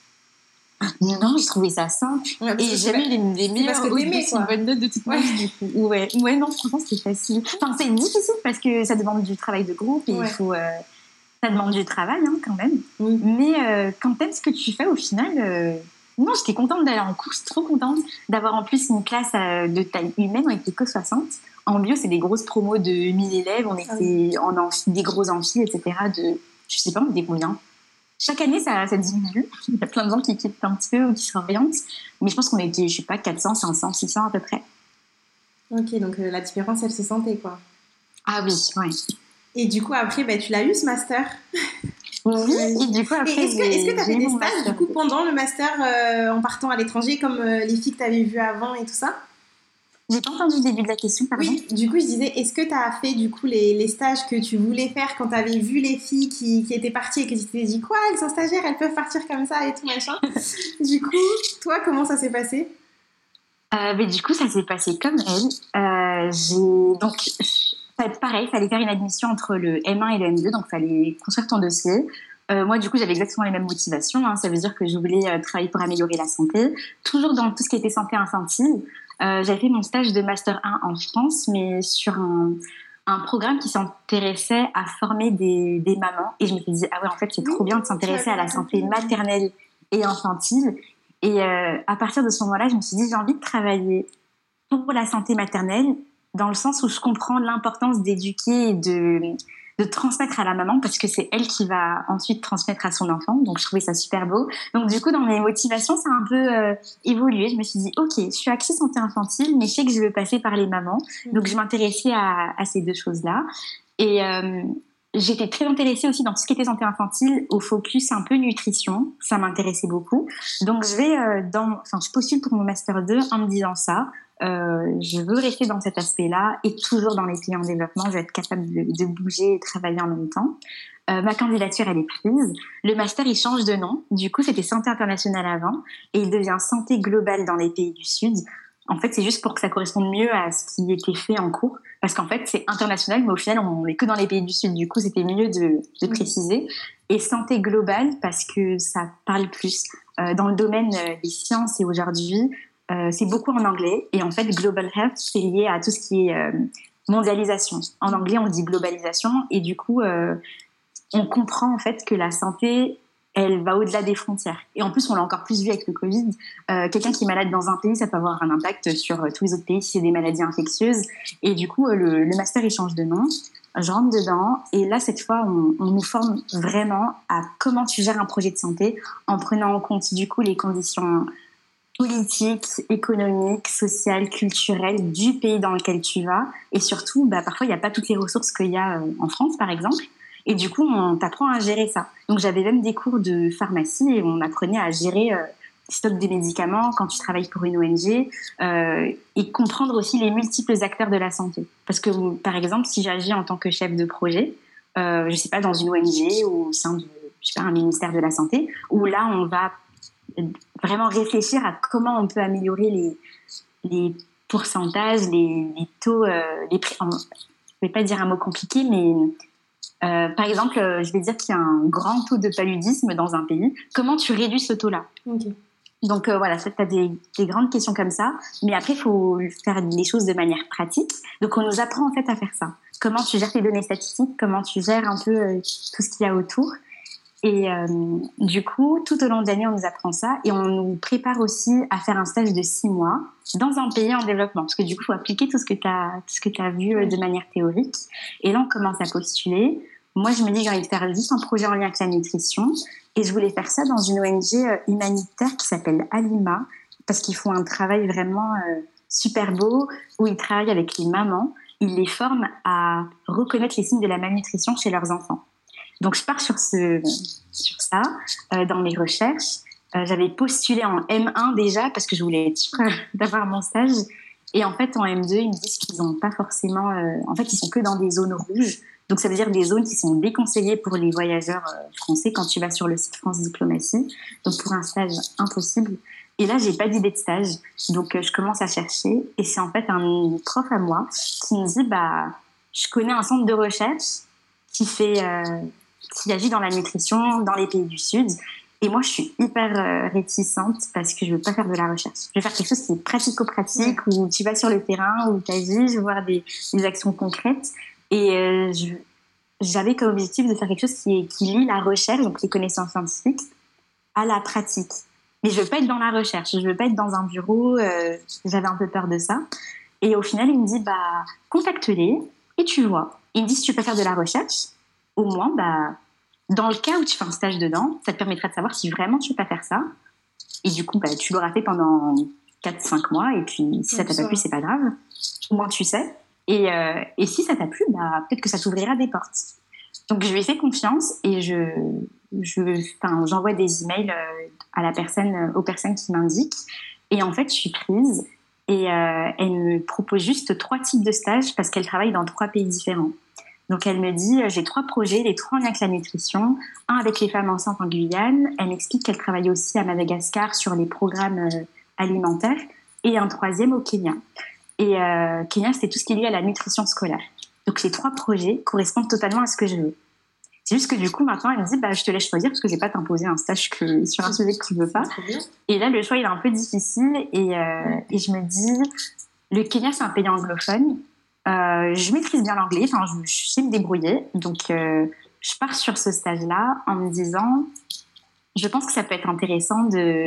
Non, j'ai trouvé ça simple. Ouais, et j'ai eu les meilleures bonnes notes de toute ma vie, du coup. Ouais, non, franchement, c'était facile. Enfin, c'est difficile parce que ça demande du travail de groupe et il faut... ça demande du travail, quand même. Oui. Mais quand t'aimes ce que tu fais, au final... non, j'étais contente d'aller en cours, trop contente d'avoir en plus une classe de taille humaine, on était que 60. En bio, c'est des grosses promos de 1000 élèves, on était en amphi, des gros amphis, etc. Je sais pas, on était combien. Chaque année, ça diminue. Il y a plein de gens qui quittent un petit peu ou qui se réorientent. Mais je pense qu'on était, je sais pas, 400, 500, 600 à peu près. Ok, donc la différence, elle se sentait, quoi. Ah oui, ouais. Et du coup, après, tu l'as eu, ce master? Oui, et du coup, après... est-ce que tu as fait des stages, du coup, pendant le master, en partant à l'étranger, comme les filles que tu avais vues avant et tout ça? J'ai pas entendu le début de la question, pardon. Oui, du coup, je disais, est-ce que tu as fait, du coup, les stages que tu voulais faire quand tu avais vu les filles qui étaient parties et que tu t'es dit, quoi, elles sont stagiaires, elles peuvent partir comme ça et tout, machin. Du coup, toi, comment ça s'est passé? Mais du coup, ça s'est passé comme elle. Donc, pareil, il fallait faire une admission entre le M1 et le M2, donc il fallait construire ton dossier. Moi, du coup, j'avais exactement les mêmes motivations. Ça veut dire que je voulais travailler pour améliorer la santé, toujours dans tout ce qui était santé infantile. J'avais fait mon stage de Master 1 en France, mais sur un programme qui s'intéressait à former des mamans. Et je me suis dit, ah ouais, en fait, c'est trop bien de s'intéresser à la santé maternelle et infantile. Et à partir de ce moment-là, je me suis dit, j'ai envie de travailler pour la santé maternelle, dans le sens où je comprends l'importance d'éduquer et de transmettre à la maman, parce que c'est elle qui va ensuite transmettre à son enfant. Donc, je trouvais ça super beau. Donc, du coup, dans mes motivations, ça a un peu évolué. Je me suis dit, ok, je suis axée santé infantile, mais je sais que je veux passer par les mamans. Donc, je m'intéressais à ces deux choses-là. Et J'étais très intéressée aussi dans tout ce qui était santé infantile, au focus un peu nutrition. Ça m'intéressait beaucoup. Donc, je postule pour mon Master 2 en me disant ça. Je veux rester dans cet aspect-là et toujours dans les pays en développement. Je veux être capable de bouger et travailler en même temps. Ma candidature, elle est prise. Le master, il change de nom. Du coup, c'était santé internationale avant et il devient santé globale dans les pays du Sud. En fait, c'est juste pour que ça corresponde mieux à ce qui était fait en cours. Parce qu'en fait, c'est international, mais au final, on n'est que dans les pays du Sud. Du coup, c'était mieux de préciser. Et santé globale, parce que ça parle plus. Dans le domaine des sciences et aujourd'hui, c'est beaucoup en anglais. Et en fait, global health, c'est lié à tout ce qui est mondialisation. En anglais, on dit globalisation. Et du coup, on comprend en fait que la santé, elle va au-delà des frontières. Et en plus, on l'a encore plus vu avec le Covid. Quelqu'un qui est malade dans un pays, ça peut avoir un impact sur tous les autres pays si c'est des maladies infectieuses. Et du coup, le master, il change de nom. Je rentre dedans. Et là, cette fois, on nous forme vraiment à comment tu gères un projet de santé en prenant en compte, du coup, les conditions politiques, économiques, sociales, culturelles du pays dans lequel tu vas. Et surtout, parfois, il n'y a pas toutes les ressources qu'il y a en France, par exemple. Et du coup, on t'apprend à gérer ça. Donc, j'avais même des cours de pharmacie et on apprenait à gérer les stocks des médicaments quand tu travailles pour une ONG et comprendre aussi les multiples acteurs de la santé. Parce que, par exemple, si j'agis en tant que chef de projet, je sais pas, dans une ONG ou au sein de, je sais pas, un ministère de la Santé, où là, on va vraiment réfléchir à comment on peut améliorer les pourcentages, les taux, je vais pas dire un mot compliqué, mais par exemple, je vais dire qu'il y a un grand taux de paludisme dans un pays. Comment tu réduis ce taux-là? Okay. Donc voilà, tu as des grandes questions comme ça. Mais après, il faut faire les choses de manière pratique. Donc on nous apprend en fait à faire ça. Comment tu gères tes données statistiques, comment tu gères un peu tout ce qu'il y a autour. Et du coup, tout au long de l'année, on nous apprend ça. Et on nous prépare aussi à faire un stage de 6 mois dans un pays en développement. Parce que du coup, il faut appliquer tout ce que tu as vu de manière théorique. Et là, on commence à postuler. Moi, je me dis que j'ai envie de faire juste un projet en lien avec la nutrition. Et je voulais faire ça dans une ONG humanitaire qui s'appelle Alima. Parce qu'ils font un travail vraiment super beau, où ils travaillent avec les mamans. Ils les forment à reconnaître les signes de la malnutrition chez leurs enfants. Donc, je pars sur ça dans mes recherches. J'avais postulé en M1 déjà parce que je voulais être sûre d'avoir mon stage. Et en fait, en M2, ils me disent qu'ils n'ont pas forcément... en fait, ils sont que dans des zones rouges. Donc, ça veut dire des zones qui sont déconseillées pour les voyageurs français quand tu vas sur le site France Diplomatie. Donc, pour un stage, impossible. Et là, j'ai pas d'idée de stage. Donc, je commence à chercher. Et c'est en fait un prof à moi qui me dit, je connais un centre de recherche qui agit dans la nutrition dans les pays du Sud. Et moi, je suis hyper réticente parce que je veux pas faire de la recherche. Je veux faire quelque chose qui est pratico-pratique, où tu vas sur le terrain, où tu agis, je veux voir des actions concrètes. Et j'avais comme objectif de faire quelque chose qui lie la recherche, donc les connaissances scientifiques, à la pratique. Mais je veux pas être dans la recherche, je veux pas être dans un bureau, j'avais un peu peur de ça. Et au final, il me dit, contacte-les et tu vois. Il me dit, si tu peux faire de la recherche, au moins, dans le cas où tu fais un stage dedans, ça te permettra de savoir si vraiment tu veux pas faire ça. Et du coup, tu l'auras fait pendant 4-5 mois. Et puis, si ça t'a pas plu, c'est pas grave. Au moins, tu sais. Et si ça t'a plu, peut-être que ça t'ouvrira des portes. Donc, je lui ai fait confiance et j'envoie des emails aux personnes qui m'indiquent. Et en fait, je suis prise. Et elle me propose juste 3 types de stages parce qu'elle travaille dans 3 pays différents. Donc, elle me dit, j'ai 3 projets, les 3 en lien avec la nutrition. Un avec les femmes enceintes en Guyane. Elle m'explique qu'elle travaille aussi à Madagascar sur les programmes alimentaires. Et un 3e au Kenya. Et Kenya, c'est tout ce qui est lié à la nutrition scolaire. Donc, les 3 projets correspondent totalement à ce que je veux. C'est juste que du coup, maintenant, elle me dit, je te laisse choisir parce que je vais pas t'imposer un stage sur un sujet que tu veux pas. Et là, le choix, il est un peu difficile. Et je me dis, le Kenya, c'est un pays anglophone. Je maîtrise bien l'anglais, je sais me débrouiller. Donc, je pars sur ce stage-là en me disant, je pense que ça peut être intéressant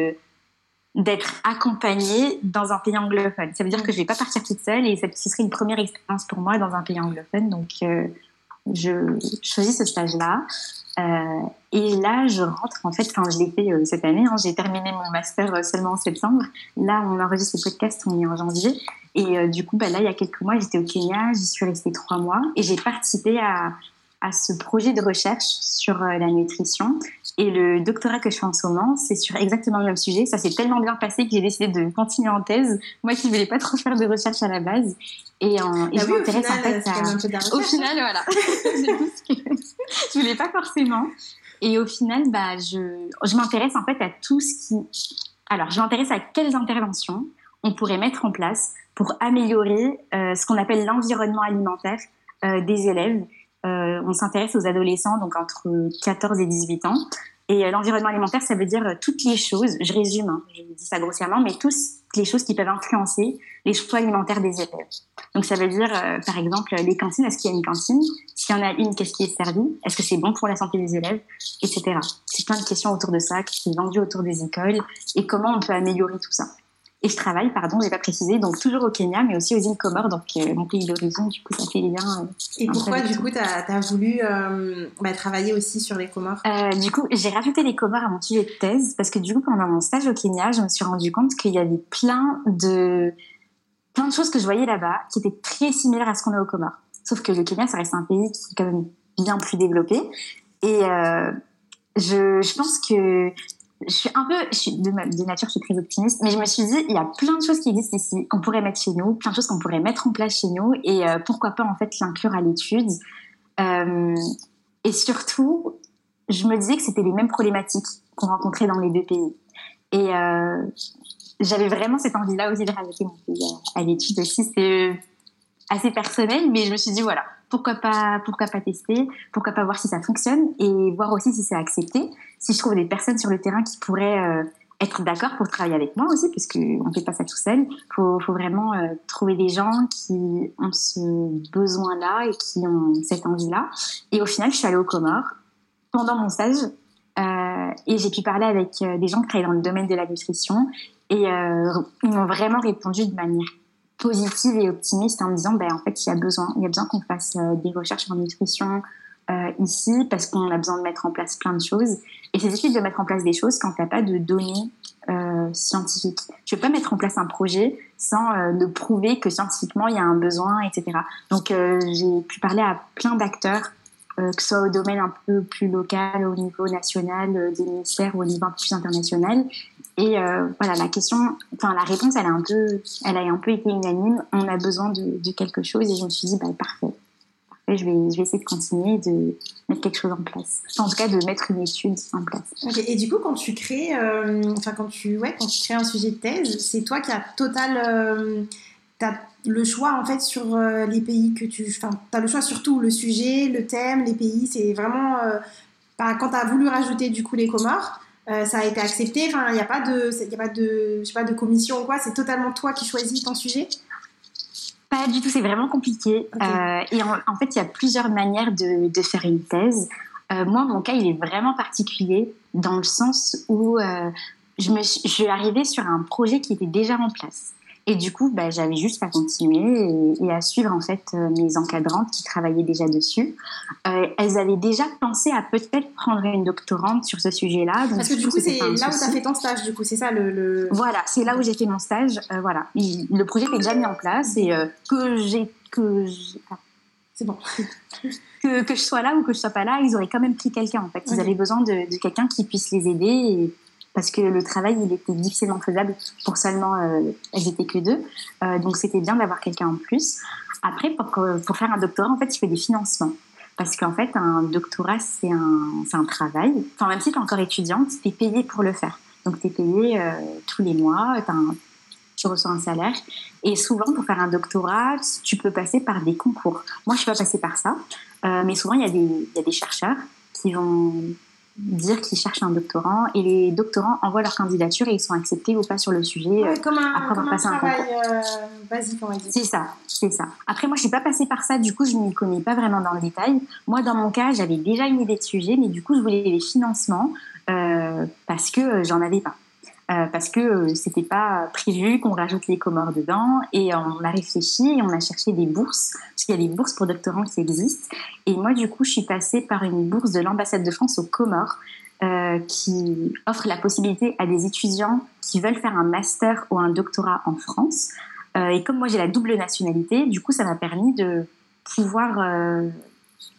d'être accompagnée dans un pays anglophone. Ça veut dire que je vais pas partir toute seule et ce serait une première expérience pour moi dans un pays anglophone. Donc, je choisis ce stage-là. Et là, je rentre, en fait, je l'ai fait cette année. J'ai terminé mon master seulement en septembre. Là, on enregistre le podcast, on est en janvier. Et du coup, là, il y a quelques mois, j'étais au Kenya. J'y suis restée 3 mois. Et j'ai participé à à ce projet de recherche sur la nutrition. Et le doctorat que je fais en ce moment, c'est sur exactement le même sujet. Ça s'est tellement bien passé que j'ai décidé de continuer en thèse. Moi qui ne voulais pas trop faire de recherche à la base. Et je m'intéresse en fait à... Au final, voilà. C'est tout ce que je voulais pas forcément. Et au final, je m'intéresse en fait à tout ce qui... Alors, je m'intéresse à quelles interventions on pourrait mettre en place pour améliorer ce qu'on appelle l'environnement alimentaire des élèves. On s'intéresse aux adolescents, donc entre 14 et 18 ans. Et l'environnement alimentaire, ça veut dire toutes les choses, je résume, hein, je dis ça grossièrement, mais toutes les choses qui peuvent influencer les choix alimentaires des élèves. Donc ça veut dire, par exemple, les cantines, est-ce qu'il y a une cantine? S'il y en a une, qu'est-ce qui est servi? Est-ce que c'est bon pour la santé des élèves? Etc. C'est plein de questions autour de ça, qui est vendu autour des écoles, et comment on peut améliorer tout ça. Et je travaille, j'ai pas précisé, donc toujours au Kenya, mais aussi aux îles Comores, donc mon pays d'origine, du coup ça fait lien. Et pourquoi du coup t'as voulu travailler aussi sur les Comores? Du coup, j'ai rajouté les Comores à mon sujet de thèse, parce que du coup pendant mon stage au Kenya, je me suis rendu compte qu'il y avait plein de choses que je voyais là-bas qui étaient très similaires à ce qu'on a aux Comores. Sauf que le Kenya, ça reste un pays qui est quand même bien plus développé. Et je pense que de nature, je suis très optimiste, mais je me suis dit, il y a plein de choses qui existent ici, qu'on pourrait mettre chez nous, plein de choses qu'on pourrait mettre en place chez nous, et pourquoi pas en fait l'inclure à l'étude. Et surtout, je me disais que c'était les mêmes problématiques qu'on rencontrait dans les deux pays. Et j'avais vraiment cette envie-là aussi de rajouter mon pays à l'étude aussi. C'est assez personnel, mais je me suis dit, voilà, pourquoi pas tester, pourquoi pas voir si ça fonctionne et voir aussi si c'est accepté, si je trouve des personnes sur le terrain qui pourraient être d'accord pour travailler avec moi aussi, parce qu'on ne fait pas ça tout seul. Faut vraiment trouver des gens qui ont ce besoin-là et qui ont cette envie-là. Et au final, je suis allée aux Comores pendant mon stage et j'ai pu parler avec des gens qui travaillent dans le domaine de la nutrition et ils m'ont vraiment répondu de manière positive et optimiste en me disant en fait il y a besoin qu'on fasse des recherches en nutrition ici parce qu'on a besoin de mettre en place plein de choses et c'est difficile de mettre en place des choses quand t'as pas de données scientifiques. Tu peux pas mettre en place un projet sans le prouver que scientifiquement il y a un besoin, etc. Donc j'ai pu parler à plein d'acteurs que ce soit au domaine un peu plus local, au niveau national des ministères ou au niveau un peu plus international. Et voilà, la réponse, elle a un peu été unanime. On a besoin de quelque chose et je me suis dit, parfait, je vais essayer de continuer de mettre quelque chose en place. Enfin, en tout cas, de mettre une étude en place. Okay. Et du coup, quand tu crées, quand tu crées un sujet de thèse, c'est toi qui as t'as le choix en fait sur les pays que t'as le choix sur tout, le sujet, le thème, les pays, c'est vraiment quand t'as voulu rajouter du coup les Comores, ça a été accepté, enfin il y a pas de je sais pas de commission ou quoi, c'est totalement toi qui choisis ton sujet? Pas du tout, c'est vraiment compliqué. Okay. Et en fait, il y a plusieurs manières de faire une thèse. Moi, mon cas, il est vraiment particulier dans le sens où je suis arrivée sur un projet qui était déjà en place. Et du coup, j'avais juste à continuer et à suivre en fait mes encadrantes qui travaillaient déjà dessus. Elles avaient déjà pensé à peut-être prendre une doctorante sur ce sujet-là. Donc, parce que du coup, c'est là où tu as fait ton stage, du coup, c'est ça le... Voilà, c'est là où j'ai fait mon stage. Voilà. Le projet était déjà mis en place et c'est bon. que je sois là ou que je sois pas là, ils auraient quand même pris quelqu'un en fait. Ils avaient besoin de quelqu'un qui puisse les aider parce que le travail, il était difficilement faisable pour seulement... elles étaient que 2. Donc, c'était bien d'avoir quelqu'un en plus. Après, pour faire un doctorat, en fait, il faut des financements. Parce qu'en fait, un doctorat, c'est un travail. Enfin, même si tu es encore étudiante, tu es payée pour le faire. Donc, tu es payée tous les mois, tu reçois un salaire. Et souvent, pour faire un doctorat, tu peux passer par des concours. Moi, je ne suis pas passée par ça. Mais souvent, il y a des chercheurs qui vont... dire qu'ils cherchent un doctorant et les doctorants envoient leur candidature et ils sont acceptés ou pas sur le sujet comme un travail basique, on va dire. C'est ça. Après, moi, je suis pas passée par ça, du coup, je m'y connais pas vraiment dans le détail. Moi, dans mon cas, j'avais déjà une idée de sujet, mais du coup, je voulais les financements parce que j'en avais pas. Parce que c'était pas prévu qu'on rajoute les Comores dedans et on a réfléchi et on a cherché des bourses parce qu'il y a des bourses pour doctorants qui existent et moi du coup je suis passée par une bourse de l'ambassade de France aux Comores qui offre la possibilité à des étudiants qui veulent faire un master ou un doctorat en France et comme moi j'ai la double nationalité, du coup ça m'a permis de pouvoir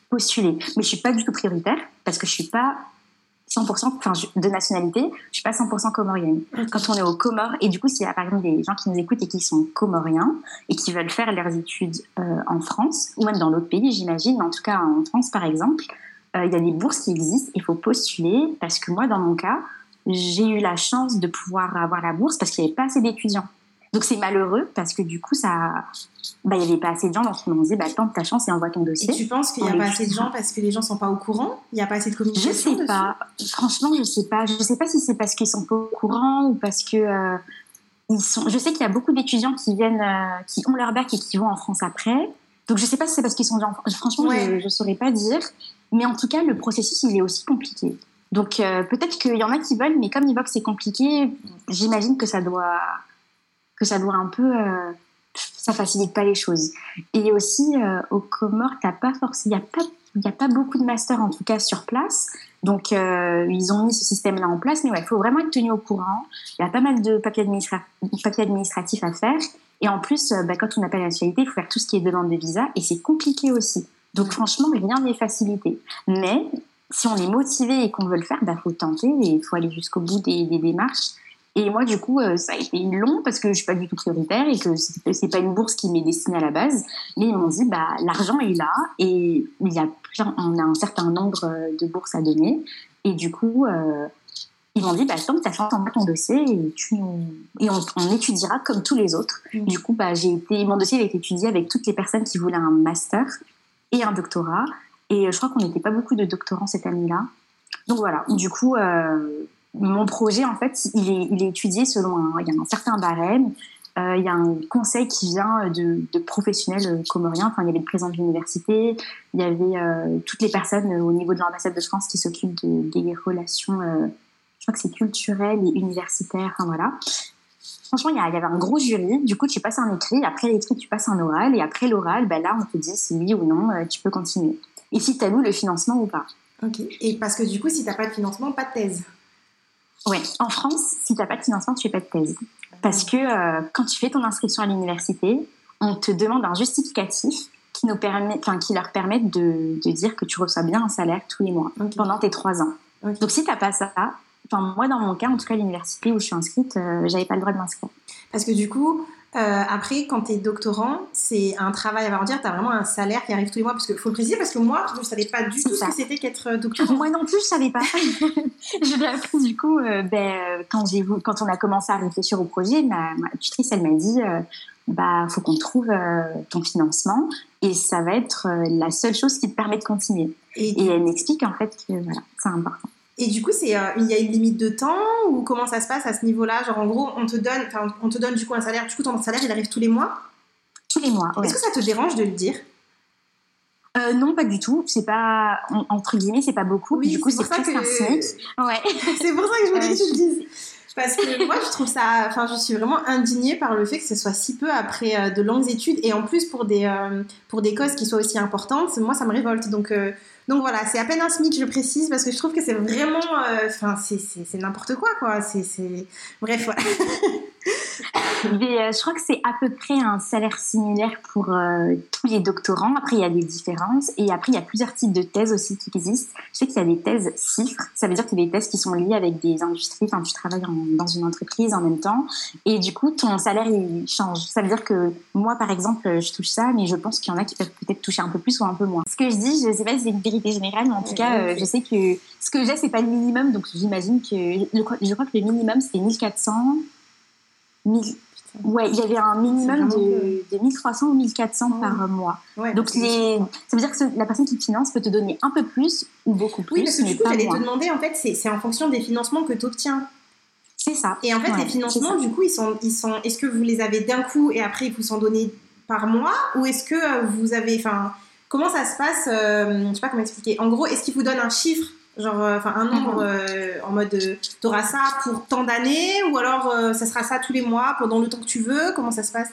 postuler. Mais je suis pas du tout prioritaire parce que je suis pas 100% de nationalité, je suis pas 100% comorienne. Okay. Quand on est aux Comores, et du coup, s'il y a par exemple des gens qui nous écoutent et qui sont comoriens et qui veulent faire leurs études en France, ou même dans d'autres pays, j'imagine, mais en tout cas en France par exemple, il y a des bourses qui existent, il faut postuler, parce que moi, dans mon cas, j'ai eu la chance de pouvoir avoir la bourse parce qu'il n'y avait pas assez d'étudiants. Donc c'est malheureux parce que du coup, il n'y avait pas assez de gens, donc on me disait tente ta chance et envoie ton dossier. Et tu penses qu'il n'y a pas assez de gens parce que les gens ne sont pas au courant? Il n'y a pas assez de communication? Je sais pas. Franchement, je sais pas. Je sais pas si c'est parce qu'ils sont pas au courant ou parce que ils sont. Je sais qu'il y a beaucoup d'étudiants qui viennent, qui ont leur bac et qui vont en France après. Donc je sais pas si c'est parce qu'ils sont déjà en France. Franchement, je saurais pas dire. Mais en tout cas, le processus il est aussi compliqué. Donc peut-être qu'il y en a qui veulent, mais comme ils voient que c'est compliqué, j'imagine que ça doit un peu. Ça facilite pas les choses. Et aussi, aux Comores, il n'y a pas beaucoup de masters, en tout cas, sur place. Donc, ils ont mis ce système-là en place. Mais il faut vraiment être tenu au courant. Il y a pas mal de papiers administratifs à faire. Et en plus, quand on n'a pas la nationalité, il faut faire tout ce qui est demande de visa. Et c'est compliqué aussi. Donc, franchement, rien n'est facilité. Mais si on est motivé et qu'on veut le faire, faut tenter et il faut aller jusqu'au bout des démarches. Et moi, du coup, ça a été long parce que je suis pas du tout prioritaire et que c'est pas une bourse qui m'est destinée à la base. Mais ils m'ont dit, l'argent est là et on a un certain nombre de bourses à donner. Et du coup, ils m'ont dit, tente ta chance, envoie ton dossier et on étudiera comme tous les autres. Du coup, mon dossier a été étudié avec toutes les personnes qui voulaient un master et un doctorat. Et je crois qu'on n'était pas beaucoup de doctorants cette année-là. Donc voilà, du coup... mon projet, en fait, il est étudié selon il y a un certain barème. Il y a un conseil qui vient de professionnels comoriens. Enfin, il y avait le président de l'université, il y avait toutes les personnes au niveau de l'ambassade de France qui s'occupent des relations, je crois que c'est culturelles et universitaires. Enfin, voilà. Franchement, il y avait un gros jury. Du coup, tu passes un écrit. Après l'écrit, tu passes un oral. Et après l'oral, là, on te dit si oui ou non, tu peux continuer. Et si tu alloues le financement ou pas. Ok. Et parce que du coup, si tu n'as pas de financement, pas de thèse. Oui, en France, si tu n'as pas de financement, tu fais pas de thèse. Parce que quand tu fais ton inscription à l'université, on te demande un justificatif qui leur permet de dire que tu reçois bien un salaire tous les mois pendant tes 3 ans. Okay. Donc si tu n'as pas ça, moi dans mon cas, en tout cas à l'université où je suis inscrite, j'avais pas le droit de m'inscrire. Parce que du coup, après, quand tu es doctorant, c'est un travail à dire, tu as vraiment un salaire qui arrive tous les mois. Parce qu'il faut le préciser, parce que moi, je ne savais pas du tout ce que c'était qu'être doctorant. Moi non plus, je ne savais pas. Je l'ai appris du coup, quand on a commencé à réfléchir au projet, ma tutrice, elle m'a dit, faut qu'on trouve ton financement et ça va être la seule chose qui te permet de continuer. Et elle m'explique en fait que voilà, c'est important. Et du coup, il y a une limite de temps ou comment ça se passe à ce niveau-là? Genre, en gros, on te donne du coup un salaire. Du coup, ton salaire, il arrive tous les mois? Tous les mois, ouais. Est-ce que ça te dérange de le dire? Non, pas du tout. C'est pas, entre guillemets, c'est pas beaucoup. Oui, du coup, c'est presque un SMIC. Ouais. C'est pour ça que je voulais que tu le dises. Parce que moi, je trouve ça... je suis vraiment indignée par le fait que ce soit si peu après de longues études. Et en plus, pour des causes qui soient aussi importantes, moi, ça me révolte. Donc voilà, c'est à peine un SMIC, je précise, parce que je trouve que c'est vraiment... c'est n'importe quoi. Bref, voilà. Mais je crois que c'est à peu près un salaire similaire pour tous les doctorants. Après, il y a des différences. Et après, il y a plusieurs types de thèses aussi qui existent. Je sais qu'il y a des thèses CIFRE. Ça veut dire qu'il y a des thèses qui sont liées avec des industries. Enfin, tu travailles dans une entreprise en même temps. Et du coup, ton salaire, il change. Ça veut dire que moi, par exemple, je touche ça, mais je pense qu'il y en a qui peuvent peut-être toucher un peu plus ou un peu moins. Ce que je dis, je ne sais pas si c'est une vérité générale, mais en tout cas, je sais que ce que j'ai, c'est pas le minimum. Donc, j'imagine que... Je crois que le minimum, c'était 1400... Ouais, il y avait un minimum de 1300 ou 1400 par mois. Ouais, donc, ça veut dire que la personne qui te finance peut te donner un peu plus ou beaucoup plus. Oui, parce que du coup, j'allais te demander, en fait, c'est en fonction des financements que tu obtiens. C'est ça. Et en fait, les financements, du coup, ils sont, est-ce que vous les avez d'un coup et après, ils vous sont donnés par mois? Ou est-ce que vous avez... comment ça se passe? Je sais pas comment expliquer. En gros, est-ce qu'ils vous donnent un chiffre? Genre, un nombre en mode t'auras ça pour tant d'années ou alors ça sera ça tous les mois pendant le temps que tu veux? Comment ça se passe?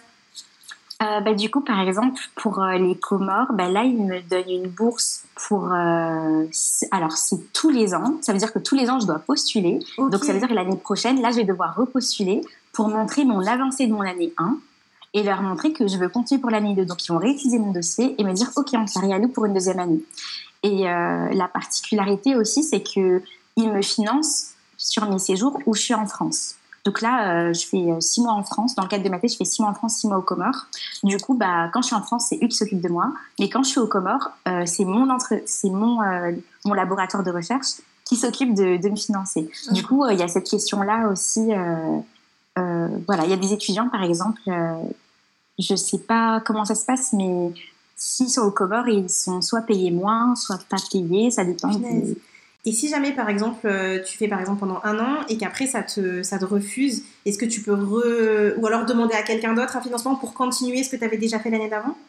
Du coup, par exemple, pour les Comores, là, ils me donnent une bourse pour... alors, c'est tous les ans. Ça veut dire que tous les ans, je dois postuler. Okay. Donc, ça veut dire que l'année prochaine, là, je vais devoir repostuler pour montrer mon avancée de mon année 1. et leur montrer que je veux continuer pour l'année 2. Donc, ils vont réutiliser mon dossier et me dire « Ok, on te réalloue pour une deuxième année ». Et la particularité aussi, c'est qu'ils me financent sur mes séjours où je suis en France. Donc là, je fais 6 mois en France. Dans le cadre de ma thèse, je fais 6 mois en France, 6 mois aux Comores. Du coup, quand je suis en France, c'est eux qui s'occupent de moi. Mais quand je suis aux Comores, c'est mon laboratoire de recherche qui s'occupe de me financer. Du coup, il y a cette question-là aussi. Voilà, il y a des étudiants, par exemple, je ne sais pas comment ça se passe, mais s'ils sont aux Comores, ils sont soit payés moins, soit pas payés. Ça dépend. Et si jamais, par exemple, tu fais par exemple pendant 1 an et qu'après ça te refuse, est-ce que tu peux ou alors demander à quelqu'un d'autre un financement pour continuer ce que tu avais déjà fait l'année d'avant?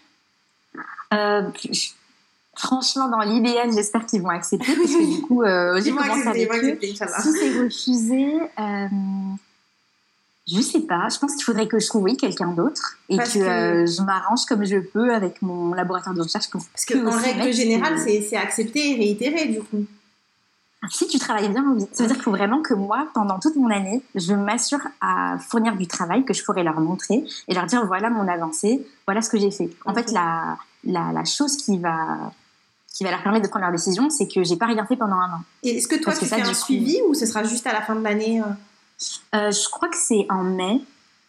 Franchement, dans l'idéal, j'espère qu'ils vont accepter parce que du coup, j'ai commencé avec eux. Si c'est refusé, je sais pas. Je pense qu'il faudrait que je trouve quelqu'un d'autre et que je m'arrange comme je peux avec mon laboratoire de recherche. Parce qu'en règle générale, c'est accepter et réitérer du coup. Si tu travailles bien, oui. Ça veut dire qu'il faut vraiment que moi, pendant toute mon année, je m'assure à fournir du travail que je pourrais leur montrer et leur dire voilà mon avancée, voilà ce que j'ai fait. En fait, la chose qui va leur permettre de prendre leur décision, c'est que j'ai pas rien fait pendant 1 an. Et est-ce que toi, tu fais un suivi ou ce sera juste à la fin de l'année? Je crois que c'est en mai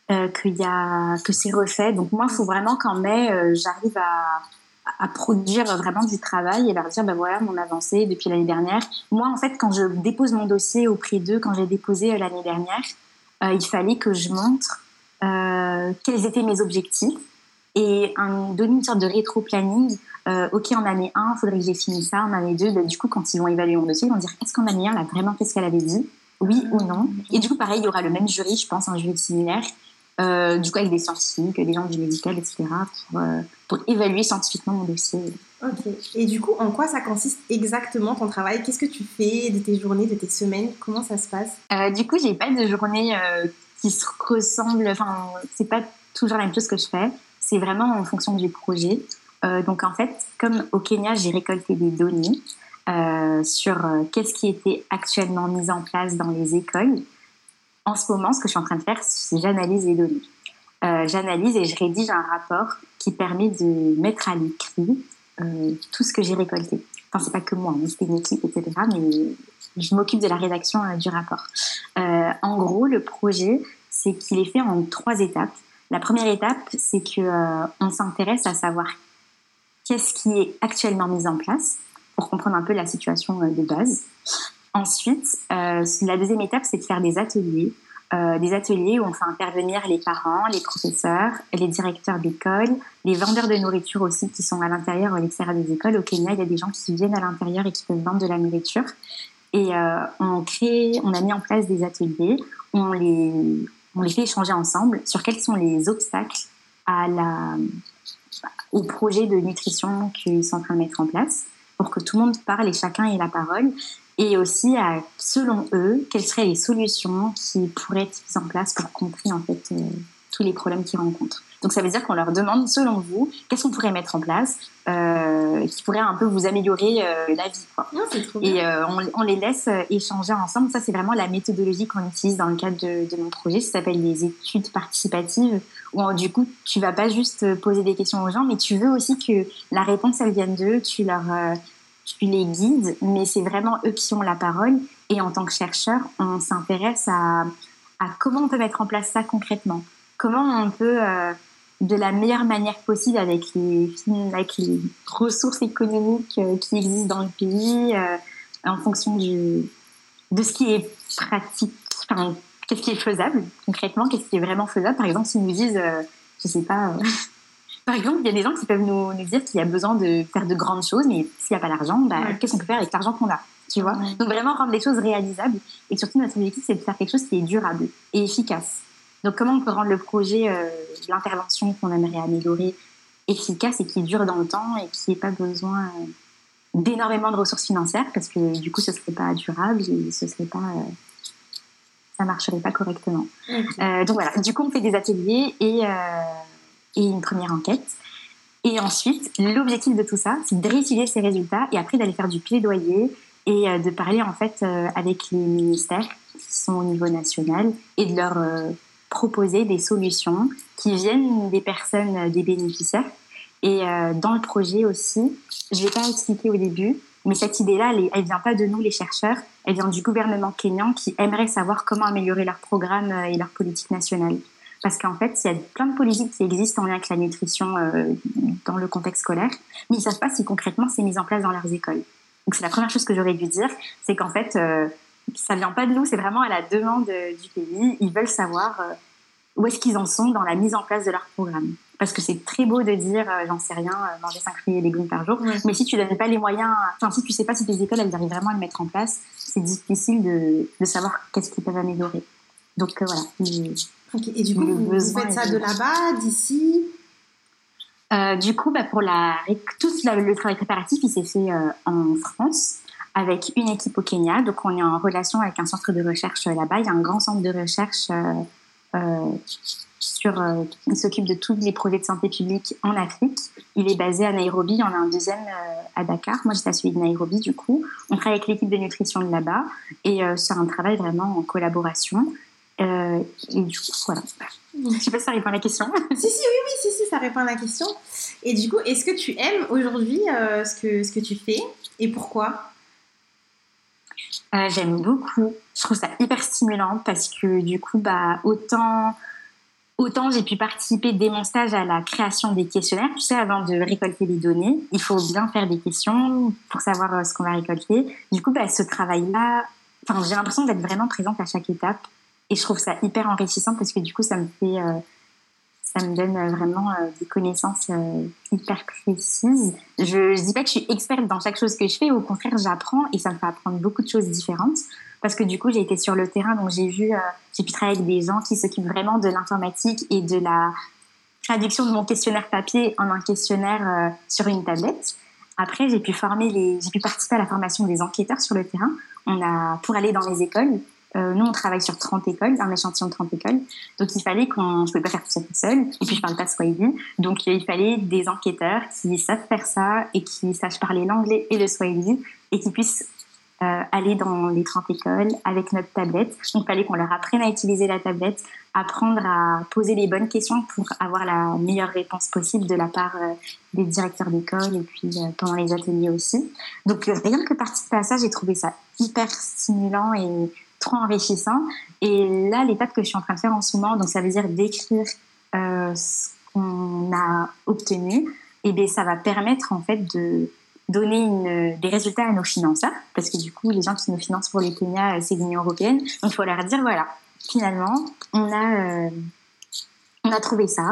que c'est refait. Donc moi, il faut vraiment qu'en mai, j'arrive à produire vraiment du travail et leur dire voilà mon avancée depuis l'année dernière. Moi, en fait, quand je dépose mon dossier auprès d'eux, quand j'ai déposé l'année dernière, il fallait que je montre quels étaient mes objectifs et donner une sorte de rétro-planning. Ok, en année 1, il faudrait que j'ai fini ça. En année 2, du coup, quand ils vont évaluer mon dossier, ils vont dire est-ce qu'en année 1, elle a vraiment fait ce qu'elle avait dit, oui ou non. Et du coup, pareil, il y aura le même jury, je pense, un jury similaire, du coup, avec des scientifiques, des gens du médical, etc., pour évaluer scientifiquement mon dossier. Ok. Et du coup, en quoi ça consiste exactement ton travail? Qu'est-ce que tu fais de tes journées, de tes semaines? Comment ça se passe? Du coup, j'ai pas de journée qui se ressemble. Enfin, c'est pas toujours la même chose que je fais. C'est vraiment en fonction du projet. Donc, en fait, comme au Kenya, j'ai récolté des données sur qu'est-ce qui était actuellement mis en place dans les écoles. En ce moment, ce que je suis en train de faire, c'est j'analyse les données. J'analyse et je rédige un rapport qui permet de mettre à l'écrit tout ce que j'ai récolté. Enfin, c'est pas que moi, c'est une équipe, etc. Mais je m'occupe de la rédaction du rapport. En gros, le projet, c'est qu'il est fait en 3 étapes. La première étape, c'est qu'on s'intéresse à savoir qu'est-ce qui est actuellement mis en place pour comprendre un peu la situation de base. Ensuite, la deuxième étape, c'est de faire des ateliers où on fait intervenir les parents, les professeurs, les directeurs d'école, les vendeurs de nourriture aussi qui sont à l'intérieur ou à l'extérieur des écoles. Au Kenya, il y a des gens qui viennent à l'intérieur et qui peuvent vendre de la nourriture. Et on a mis en place des ateliers, on les fait échanger ensemble sur quels sont les obstacles au projet de nutrition qu'ils sont en train de mettre en place pour que tout le monde parle et chacun ait la parole. Et aussi, selon eux, quelles seraient les solutions qui pourraient être mises en place pour contrer en fait tous les problèmes qu'ils rencontrent. Donc ça veut dire qu'on leur demande, selon vous, qu'est-ce qu'on pourrait mettre en place qui pourrait un peu vous améliorer la vie, quoi. Non, c'est trop bien. Et on les laisse échanger ensemble. Ça, c'est vraiment la méthodologie qu'on utilise dans le cadre de mon projet. Ça s'appelle les études participatives, où du coup, tu vas pas juste poser des questions aux gens, mais tu veux aussi que la réponse, elle vienne d'eux, tu les guides, mais c'est vraiment eux qui ont la parole. Et en tant que chercheur, on s'intéresse à comment on peut mettre en place ça concrètement. Comment on peut, de la meilleure manière possible, avec les ressources économiques qui existent dans le pays, en fonction de ce qui est pratique, enfin, qu'est-ce qui est faisable concrètement, qu'est-ce qui est vraiment faisable. Par exemple, s'ils nous disent, je sais pas... Par exemple, il y a des gens qui peuvent nous dire qu'il y a besoin de faire de grandes choses, mais s'il n'y a pas d'argent, qu'est-ce qu'on peut faire avec l'argent qu'on a, tu vois? Donc vraiment rendre les choses réalisables. Et surtout, notre objectif, c'est de faire quelque chose qui est durable et efficace. Donc comment on peut rendre le projet, l'intervention qu'on aimerait améliorer, efficace et qui dure dans le temps et qui n'ait pas besoin d'énormément de ressources financières, parce que du coup, ce ne serait pas durable et ça marcherait pas correctement. Okay. Donc voilà, du coup, on fait des ateliers et une première enquête. Et ensuite, l'objectif de tout ça, c'est de réutiliser ces résultats et après d'aller faire du plaidoyer et de parler en fait avec les ministères qui sont au niveau national et de leur proposer des solutions qui viennent des personnes, des bénéficiaires. Et dans le projet aussi, je ne l'ai pas expliqué au début, mais cette idée-là, elle vient pas de nous, les chercheurs, elle vient du gouvernement kényan qui aimerait savoir comment améliorer leur programme et leur politique nationale. Parce qu'en fait, il y a plein de politiques qui existent en lien avec la nutrition dans le contexte scolaire, mais ils ne savent pas si concrètement c'est mis en place dans leurs écoles. Donc c'est la première chose que j'aurais dû dire, c'est qu'en fait, ça ne vient pas de nous, c'est vraiment à la demande du pays. Ils veulent savoir où est-ce qu'ils en sont dans la mise en place de leur programme. Parce que c'est très beau de dire, j'en sais rien, manger 5 fruits et légumes par jour, mais si tu donnes pas les moyens, si tu sais pas si tes écoles elles arrivent vraiment à le mettre en place, c'est difficile de savoir qu'est-ce qu'ils peuvent améliorer. Donc voilà. Okay. Et du coup, vous faites ça de là-bas, d'ici Du coup, pour tout le travail préparatif, il s'est fait en France avec une équipe au Kenya. Donc on est en relation avec un centre de recherche là-bas. Il y a un grand centre de recherche il s'occupe de tous les projets de santé publique en Afrique. Il est basé à Nairobi, il y en a un deuxième à Dakar. Moi, j'étais à celui de Nairobi, du coup. On travaille avec l'équipe de nutrition de là-bas et c'est un travail vraiment en collaboration. Et du coup, voilà. Je ne sais pas si ça répond à la question. Si, ça répond à la question. Et du coup, est-ce que tu aimes aujourd'hui ce que tu fais et pourquoi ? J'aime beaucoup. Je trouve ça hyper stimulant parce que du coup, autant j'ai pu participer dès mon stage à la création des questionnaires. Tu sais, avant de récolter les données, il faut bien faire des questions pour savoir ce qu'on va récolter. Du coup, ce travail-là, j'ai l'impression d'être vraiment présente à chaque étape. Et je trouve ça hyper enrichissant parce que du coup, ça me donne vraiment des connaissances hyper précises. Je dis pas que je suis experte dans chaque chose que je fais. Au contraire, j'apprends et ça me fait apprendre beaucoup de choses différentes. Parce que du coup, j'ai été sur le terrain, donc j'ai pu travailler avec des gens qui s'occupent vraiment de l'informatique et de la traduction de mon questionnaire papier en un questionnaire sur une tablette. Après, j'ai pu participer à la formation des enquêteurs sur le terrain. Pour aller dans les écoles. Nous, on travaille sur 30 écoles, un échantillon de 30 écoles. Donc, il fallait je pouvais pas faire tout ça toute seule. Et puis, je parle pas Swahili. Donc, il fallait des enquêteurs qui savent faire ça et qui sachent parler l'anglais et le Swahili et qui puissent aller dans les 30 écoles avec notre tablette. Donc, il fallait qu'on leur apprenne à utiliser la tablette, apprendre à poser les bonnes questions pour avoir la meilleure réponse possible de la part des directeurs d'école et puis pendant les ateliers aussi. Donc, rien que participer à ça, j'ai trouvé ça hyper stimulant et trop enrichissant. Et là, l'étape que je suis en train de faire en ce moment, donc ça veut dire d'écrire ce qu'on a obtenu, et bien ça va permettre en fait de donner des résultats à nos financeurs, parce que du coup, les gens qui nous financent pour le Kenya, c'est l'Union européenne. Donc, il faut leur dire, voilà, finalement, on a trouvé ça.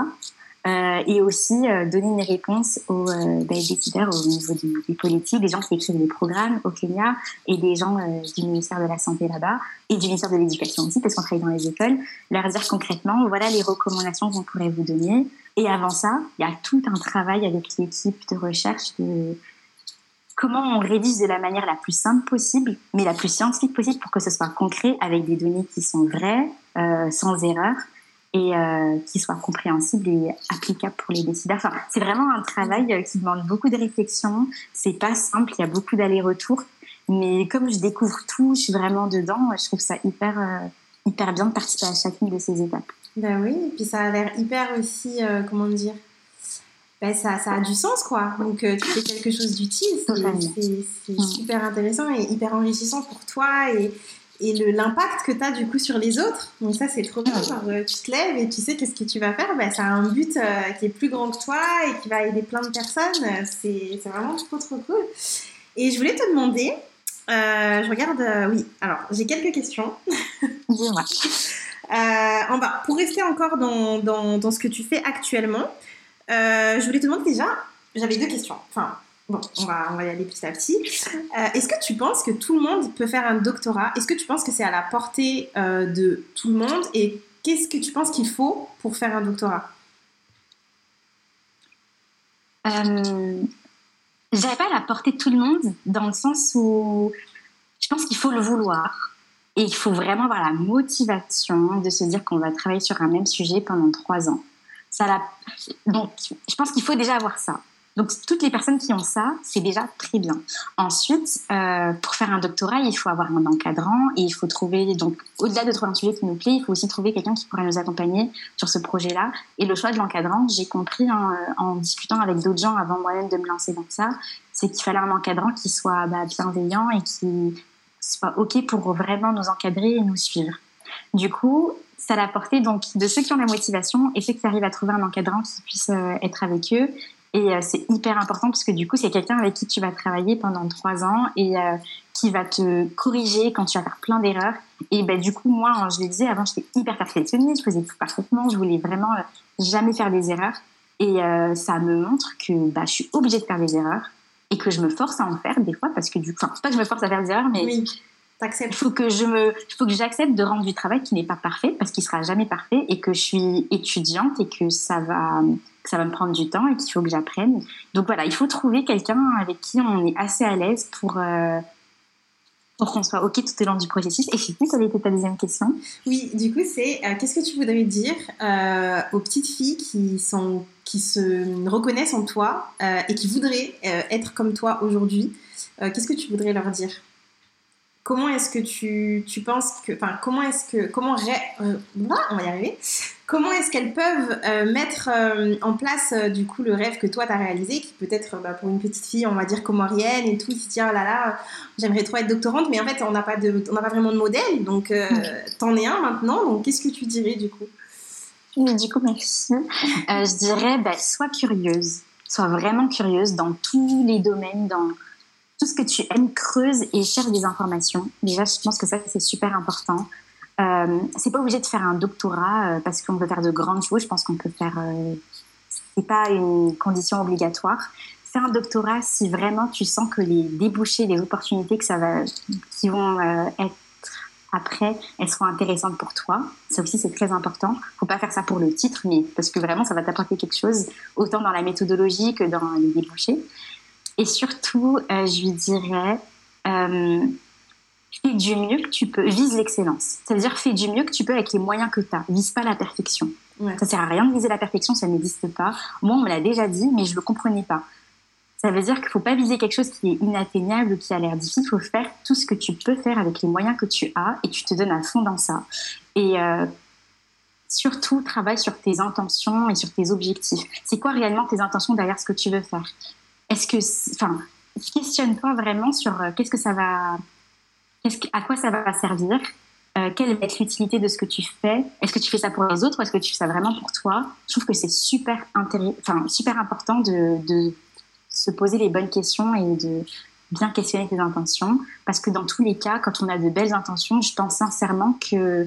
Et aussi donner une réponse aux décideurs au niveau des politiques, des gens qui écrivent les programmes au Kenya et des gens du ministère de la Santé là-bas et du ministère de l'Éducation aussi, parce qu'on travaille dans les écoles, leur dire concrètement, voilà les recommandations qu'on pourrait vous donner. Et avant ça, il y a tout un travail avec l'équipe de recherche de comment on rédige de la manière la plus simple possible, mais la plus scientifique possible pour que ce soit concret, avec des données qui sont vraies, sans erreur, et qui soit compréhensible et applicable pour les décideurs. C'est vraiment un travail qui demande beaucoup de réflexion. C'est pas simple, il y a beaucoup d'allers-retours. Mais comme je découvre tout, je suis vraiment dedans, je trouve ça hyper bien de participer à chacune de ces étapes. Ben oui, et puis ça a l'air hyper aussi, comment dire, ça a du sens, quoi. Donc, tu fais quelque chose d'utile, c'est super intéressant et hyper enrichissant pour toi et l'impact que tu as du coup sur les autres. Donc ça, c'est trop bien. Genre, tu te lèves et tu sais qu'est-ce que tu vas faire. Ça a un but qui est plus grand que toi et qui va aider plein de personnes. C'est vraiment trop, trop cool. Et je voulais te demander, je regarde, oui, alors j'ai quelques questions. Dis-moi. Pour rester encore dans ce que tu fais actuellement, je voulais te demander déjà, j'avais deux questions. Bon, on va y aller petit à petit. Est-ce que tu penses que tout le monde peut faire un doctorat ? Est-ce que tu penses que c'est à la portée de tout le monde ? Et qu'est-ce que tu penses qu'il faut pour faire un doctorat ? Je dirais pas à la portée de tout le monde, dans le sens où je pense qu'il faut le vouloir. Et il faut vraiment avoir la motivation de se dire qu'on va travailler sur un même sujet pendant 3 ans. Donc, je pense qu'il faut déjà avoir ça. Donc, toutes les personnes qui ont ça, c'est déjà très bien. Ensuite, pour faire un doctorat, il faut avoir un encadrant et il faut trouver, donc, au-delà de trouver un sujet qui nous plaît, il faut aussi trouver quelqu'un qui pourra nous accompagner sur ce projet-là. Et le choix de l'encadrant, j'ai compris en discutant avec d'autres gens avant moi-même de me lancer dans ça, c'est qu'il fallait un encadrant qui soit bienveillant et qui soit OK pour vraiment nous encadrer et nous suivre. Du coup, ça l'a porté donc de ceux qui ont la motivation et ceux qui arrivent à trouver un encadrant qui puisse être avec eux. Et c'est hyper important parce que du coup, c'est quelqu'un avec qui tu vas travailler pendant 3 ans et qui va te corriger quand tu vas faire plein d'erreurs. Et du coup, moi, je le disais, avant, j'étais hyper perfectionniste, je faisais tout parfaitement, je voulais vraiment jamais faire des erreurs. Et ça me montre que je suis obligée de faire des erreurs et que je me force à en faire des fois parce que du coup, enfin, pas que je me force à faire des erreurs, mais Oui. il faut que j'accepte de rendre du travail qui n'est pas parfait parce qu'il sera jamais parfait et que je suis étudiante et que ça va me prendre du temps et qu'il faut que j'apprenne. Donc voilà, il faut trouver quelqu'un avec qui on est assez à l'aise pour qu'on soit OK tout au long du processus. Et je sais plus quelle était ta deuxième question. Oui, du coup, c'est qu'est-ce que tu voudrais dire aux petites filles qui se reconnaissent en toi et qui voudraient être comme toi aujourd'hui. Qu'est-ce que tu voudrais leur dire? Comment est-ce que tu penses que, enfin, on va y arriver. Comment est-ce qu'elles peuvent mettre en place du coup le rêve que toi t'as réalisé, qui peut-être pour une petite fille, on va dire comorienne et tout, qui se dit oh là là, j'aimerais trop être doctorante, mais en fait on n'a pas vraiment de modèle, donc t'en es un maintenant, donc qu'est-ce que tu dirais du coup? Du coup, merci. Je dirais, sois curieuse, sois vraiment curieuse dans tous les domaines, dans tout ce que tu aimes, creuse et cherche des informations. Déjà, je pense que ça, c'est super important. C'est pas obligé de faire un doctorat parce qu'on peut faire de grandes choses. Je pense qu'on peut faire... c'est pas une condition obligatoire. Fais un doctorat si vraiment tu sens que les débouchés, les opportunités qui vont être après, elles seront intéressantes pour toi. Ça aussi, c'est très important. Faut pas faire ça pour le titre, mais parce que vraiment, ça va t'apporter quelque chose, autant dans la méthodologie que dans les débouchés. Et surtout, je lui dirais, fais du mieux que tu peux, vise l'excellence. C'est-à-dire, fais du mieux que tu peux avec les moyens que tu as. Vise pas la perfection. Ouais. Ça sert à rien de viser la perfection, ça n'existe pas. Moi, on me l'a déjà dit, mais je le comprenais pas. Ça veut dire qu'il faut pas viser quelque chose qui est inatteignable ou qui a l'air difficile. Il faut faire tout ce que tu peux faire avec les moyens que tu as et tu te donnes à fond dans ça. Et surtout, travaille sur tes intentions et sur tes objectifs. C'est quoi réellement tes intentions derrière ce que tu veux faire? Questionne-toi vraiment sur à quoi ça va servir, quelle va être l'utilité de ce que tu fais. Est-ce que tu fais ça pour les autres ou est-ce que tu fais ça vraiment pour toi? Je trouve que c'est super important de se poser les bonnes questions et de bien questionner tes intentions, parce que dans tous les cas, quand on a de belles intentions, je pense sincèrement que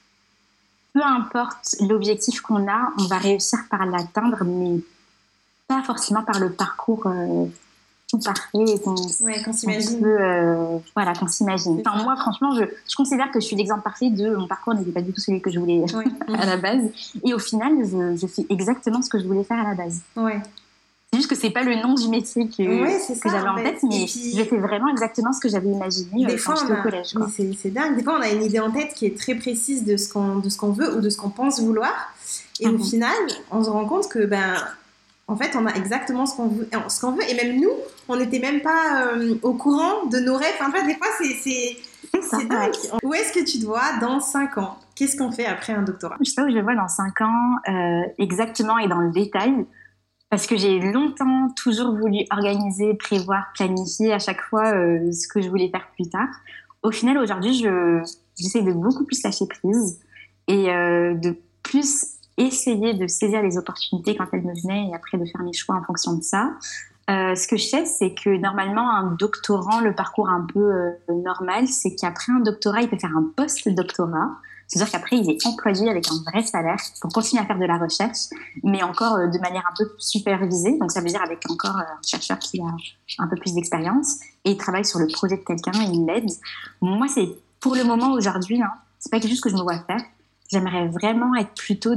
peu importe l'objectif qu'on a, on va réussir par l'atteindre, mais pas forcément par le parcours tout parfait et qu'on s'imagine. Qu'on s'imagine. Enfin, moi, franchement, je considère que je suis l'exemple parfait de mon parcours n'était pas du tout celui que je voulais à la base. Et au final, je fais exactement ce que je voulais faire à la base. Ouais. C'est juste que c'est pas le nom du métier que j'avais en tête, mais je fais vraiment exactement ce que j'avais imaginé quand j'étais au collège. Quoi. C'est dingue. Des fois, on a une idée en tête qui est très précise de ce qu'on veut ou de ce qu'on pense vouloir. Et au final, on se rend compte que en fait, on a exactement ce qu'on veut. Et même nous, on n'était même pas au courant de nos rêves. En fait, des fois, c'est dingue. Où est-ce que tu te vois dans 5 ans? Qu'est-ce qu'on fait après un doctorat? Je sais pas où je me vois dans 5 ans exactement et dans le détail. Parce que j'ai longtemps toujours voulu organiser, prévoir, planifier à chaque fois ce que je voulais faire plus tard. Au final, aujourd'hui, j'essaie de beaucoup plus lâcher prise et de plus essayer de saisir les opportunités quand elles me venaient et après de faire mes choix en fonction de ça. Ce que je sais, c'est que normalement, un doctorant, le parcours un peu normal, c'est qu'après un doctorat, il peut faire un post-doctorat. C'est-à-dire qu'après, il est employé avec un vrai salaire pour continuer à faire de la recherche, mais encore de manière un peu supervisée. Donc, ça veut dire avec encore un chercheur qui a un peu plus d'expérience et il travaille sur le projet de quelqu'un et il l'aide. Moi, c'est pour le moment aujourd'hui, c'est pas quelque chose que je me vois faire. J'aimerais vraiment être plutôt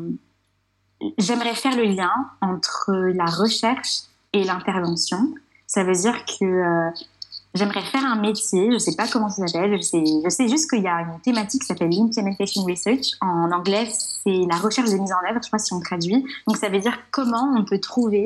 j'aimerais faire le lien entre la recherche et l'intervention. Ça veut dire que j'aimerais faire un métier, je sais pas comment ça s'appelle, je sais juste qu'il y a une thématique qui s'appelle Implementation Research. En anglais, c'est la recherche de mise en œuvre, je sais pas si on traduit. Donc ça veut dire comment on peut trouver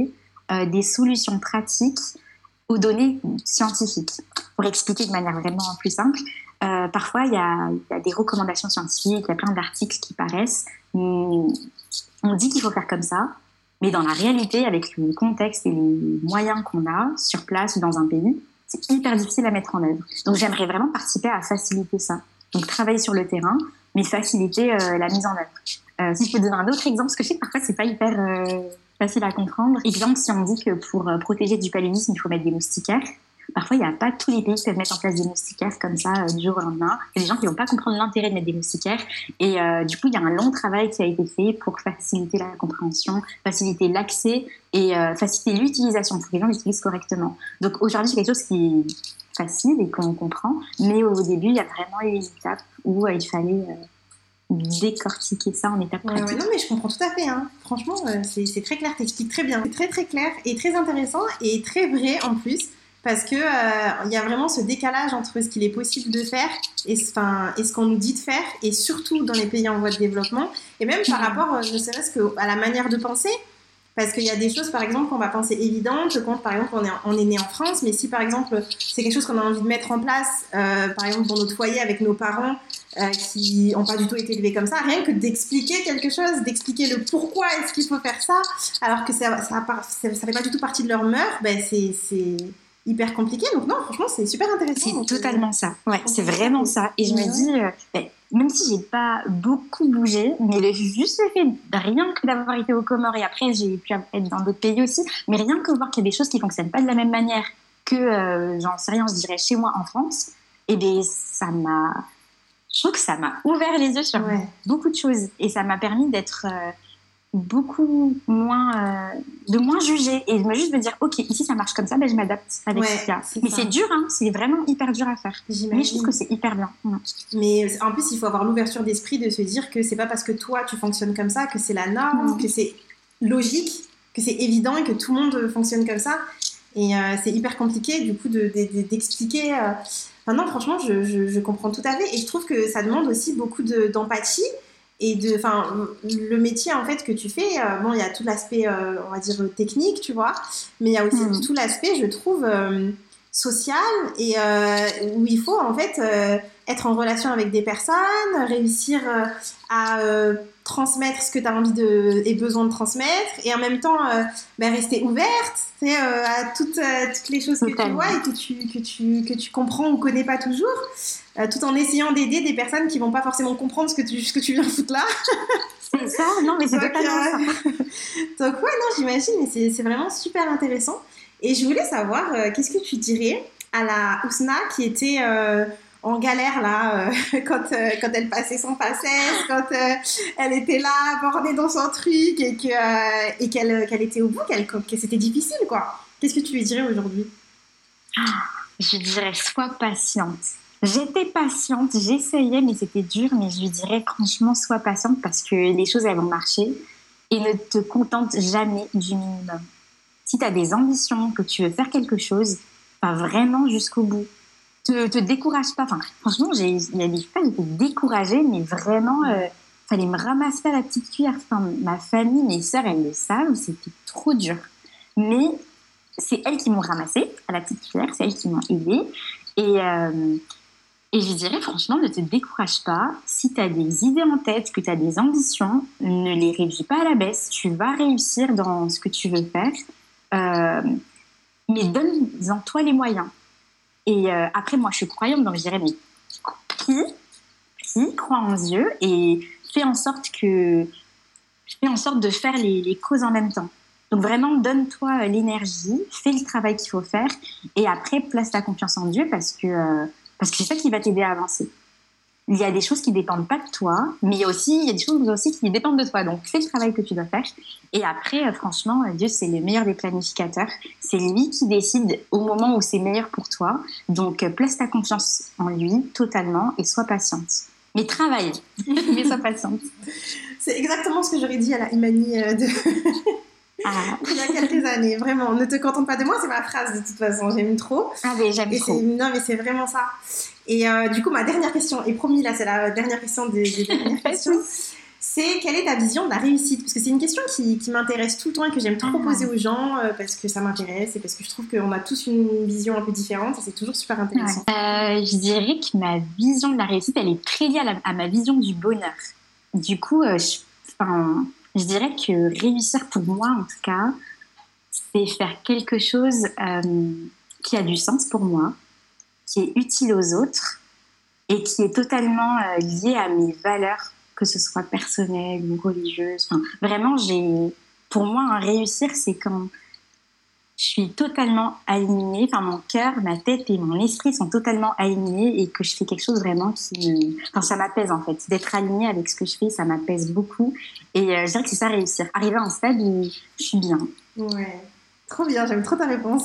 des solutions pratiques aux données scientifiques. Pour expliquer de manière vraiment plus simple, parfois il y a des recommandations scientifiques, il y a plein d'articles qui paraissent, on dit qu'il faut faire comme ça, mais dans la réalité, avec le contexte et les moyens qu'on a sur place ou dans un pays, c'est hyper difficile à mettre en œuvre. Donc j'aimerais vraiment participer à faciliter ça. Donc travailler sur le terrain, mais faciliter la mise en œuvre. Si je peux donner un autre exemple, parce que je sais que parfois c'est pas hyper facile à comprendre. Exemple, si on dit que pour protéger du paludisme, il faut mettre des moustiquaires. Parfois, il n'y a pas tous les pays qui peuvent mettre en place des moustiquaires comme ça du jour au lendemain. Il y a des gens qui ne vont pas comprendre l'intérêt de mettre des moustiquaires. Et du coup, il y a un long travail qui a été fait pour faciliter la compréhension, faciliter l'accès et faciliter l'utilisation pour que les gens l'utilisent correctement. Donc aujourd'hui, c'est quelque chose qui est facile et qu'on comprend. Mais au début, il y a vraiment eu une étape où il fallait décortiquer ça en étapes pratiques. Ouais, non, mais je comprends tout à fait. Hein. Franchement, c'est très clair, t'expliques très bien. C'est très très clair et très intéressant et très vrai en plus. Parce que y a vraiment ce décalage entre ce qu'il est possible de faire et ce qu'on nous dit de faire, et surtout dans les pays en voie de développement, et même par rapport, ne serait-ce qu'à la manière de penser. Parce qu'il y a des choses, par exemple, qu'on va penser évidentes quand, par exemple, on est né en France, mais si, par exemple, c'est quelque chose qu'on a envie de mettre en place, par exemple, dans notre foyer avec nos parents qui n'ont pas du tout été élevés comme ça, rien que d'expliquer quelque chose, d'expliquer le pourquoi est-ce qu'il faut faire ça, alors que ça fait pas du tout partie de leur mœurs, ben c'est hyper compliqué. Donc non, franchement, c'est super intéressant. C'est totalement ça. Ouais, c'est vraiment ça. Et je me dis, même si j'ai pas beaucoup bougé, mais juste le fait, rien que d'avoir été aux Comores, et après j'ai pu être dans d'autres pays aussi, mais rien que voir qu'il y a des choses qui fonctionnent pas de la même manière que, j'en sais rien, je dirais chez moi en France, et bien je trouve que ça m'a ouvert les yeux sur beaucoup de choses, et ça m'a permis d'être beaucoup moins de moins juger et de juste me dire ok, ici ça marche comme ça, ben je m'adapte avec ce qu'il y a. Mais c'est dur, hein, c'est vraiment hyper dur à faire. Mais je trouve que c'est hyper bien. Mais en plus il faut avoir l'ouverture d'esprit de se dire que c'est pas parce que toi tu fonctionnes comme ça que c'est la norme, que c'est logique, que c'est évident et que tout le monde fonctionne comme ça. Et c'est hyper compliqué du coup d'expliquer. Enfin, non, franchement je comprends tout à fait, et je trouve que ça demande aussi beaucoup d'empathie. Et le métier en fait que tu fais, bon, il y a tout l'aspect, on va dire technique, tu vois, mais il y a aussi tout l'aspect, je trouve, social, et où il faut en fait être en relation avec des personnes, réussir à transmettre ce que tu as envie et besoin de transmettre, et en même temps rester ouverte à toutes les choses que tu vois et que tu comprends ou connais pas toujours. Tout en essayant d'aider des personnes qui vont pas forcément comprendre ce que tu viens foutre là. C'est ça, non mais c'est totalement ça. Donc ouais, non, j'imagine, et c'est vraiment super intéressant. Et je voulais savoir, qu'est-ce que tu dirais à la Ousna qui était en galère là, quand elle passait son passesse, quand elle était là, bornée dans son truc, et qu'elle était au bout, que c'était difficile, quoi. Qu'est-ce que tu lui dirais aujourd'hui? Je dirais, sois patiente. J'étais patiente, j'essayais, mais c'était dur. Mais je lui dirais, franchement, sois patiente parce que les choses, elles vont marcher. Et ne te contente jamais du minimum. Si tu as des ambitions, que tu veux faire quelque chose, va vraiment jusqu'au bout. Te décourage pas. Enfin, franchement, il y a des fois, j'étais découragée, mais vraiment, fallait me ramasser à la petite cuillère. Enfin, ma famille, mes sœurs, elles le savent, c'était trop dur. Mais c'est elles qui m'ont ramassée à la petite cuillère, c'est elles qui m'ont aidée. Et je dirais, franchement, ne te décourage pas. Si tu as des idées en tête, que tu as des ambitions, ne les réduis pas à la baisse. Tu vas réussir dans ce que tu veux faire. Mais donne-en toi les moyens. Et après, moi, je suis croyante, donc je dirais, mais prie, crois en Dieu et fais en sorte de faire les causes en même temps. Donc vraiment, donne-toi l'énergie, fais le travail qu'il faut faire, et après, place ta confiance en Dieu parce que c'est ça qui va t'aider à avancer. Il y a des choses qui ne dépendent pas de toi, mais il y a des choses aussi qui dépendent de toi. Donc, fais le travail que tu dois faire. Et après, franchement, Dieu, c'est le meilleur des planificateurs. C'est lui qui décide au moment où c'est meilleur pour toi. Donc, place ta confiance en lui totalement et sois patiente. Mais travaille, mais sois patiente. C'est exactement ce que j'aurais dit à la Imani il y a quelques années. Vraiment, ne te contente pas de moi, c'est ma phrase de toute façon. J'aime trop. Ah, mais j'aime trop. Non, mais c'est vraiment ça. Et du coup, ma dernière question, et promis, là, c'est la dernière question des dernières questions. c'est quelle est ta vision de la réussite? Parce que c'est une question qui m'intéresse tout le temps et que j'aime trop poser aux gens parce que ça m'intéresse et parce que je trouve qu'on a tous une vision un peu différente et c'est toujours super intéressant. Je dirais que ma vision de la réussite, elle est très liée à ma vision du bonheur. Du coup, je dirais que réussir pour moi, en tout cas, c'est faire quelque chose qui a du sens pour moi, qui est utile aux autres et qui est totalement lié à mes valeurs, que ce soit personnelles ou religieuses. Enfin, vraiment, pour moi, réussir, c'est quand je suis totalement alignée, enfin mon cœur, ma tête et mon esprit sont totalement alignés et que je fais quelque chose vraiment ça m'apaise en fait. D'être alignée avec ce que je fais, ça m'apaise beaucoup et je dirais que c'est ça réussir. Arriver à un stade où je suis bien. Ouais, trop bien, j'aime trop ta réponse.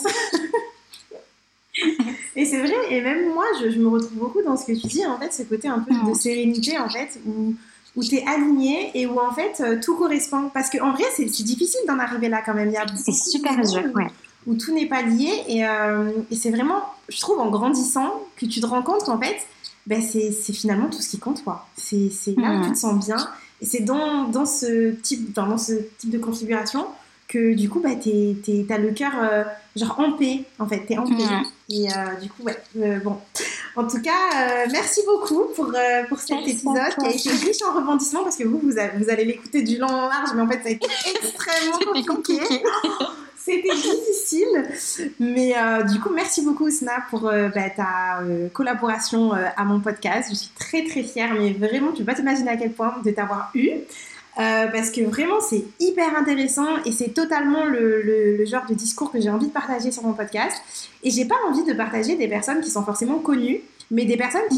Et c'est vrai, et même moi, je me retrouve beaucoup dans ce que tu dis, en fait, ce côté un peu de sérénité, en fait, où tu es aligné et où, en fait, tout correspond. Parce qu'en vrai, c'est difficile d'en arriver là, quand même. C'est super dur, ouais. Où tout n'est pas lié. Et c'est vraiment, je trouve, en grandissant, que tu te rends compte qu'en fait, ben, c'est finalement tout ce qui compte, quoi. C'est là où tu te sens bien. Et c'est dans ce type de configuration que du coup, bah, t'as le cœur genre en paix, en fait, t'es en paix. Et du coup, ouais, bon. En tout cas, merci beaucoup pour cet épisode qui a été riche en rebondissements parce que vous allez l'écouter du long en large, mais en fait, ça a été extrêmement compliqué. C'était difficile, mais du coup, merci beaucoup, Ousna, pour ta collaboration à mon podcast. Je suis très, très fière, mais vraiment, tu ne peux pas t'imaginer à quel point de t'avoir eu. Parce que vraiment c'est hyper intéressant et c'est totalement le genre de discours que j'ai envie de partager sur mon podcast et j'ai pas envie de partager des personnes qui sont forcément connues mais des personnes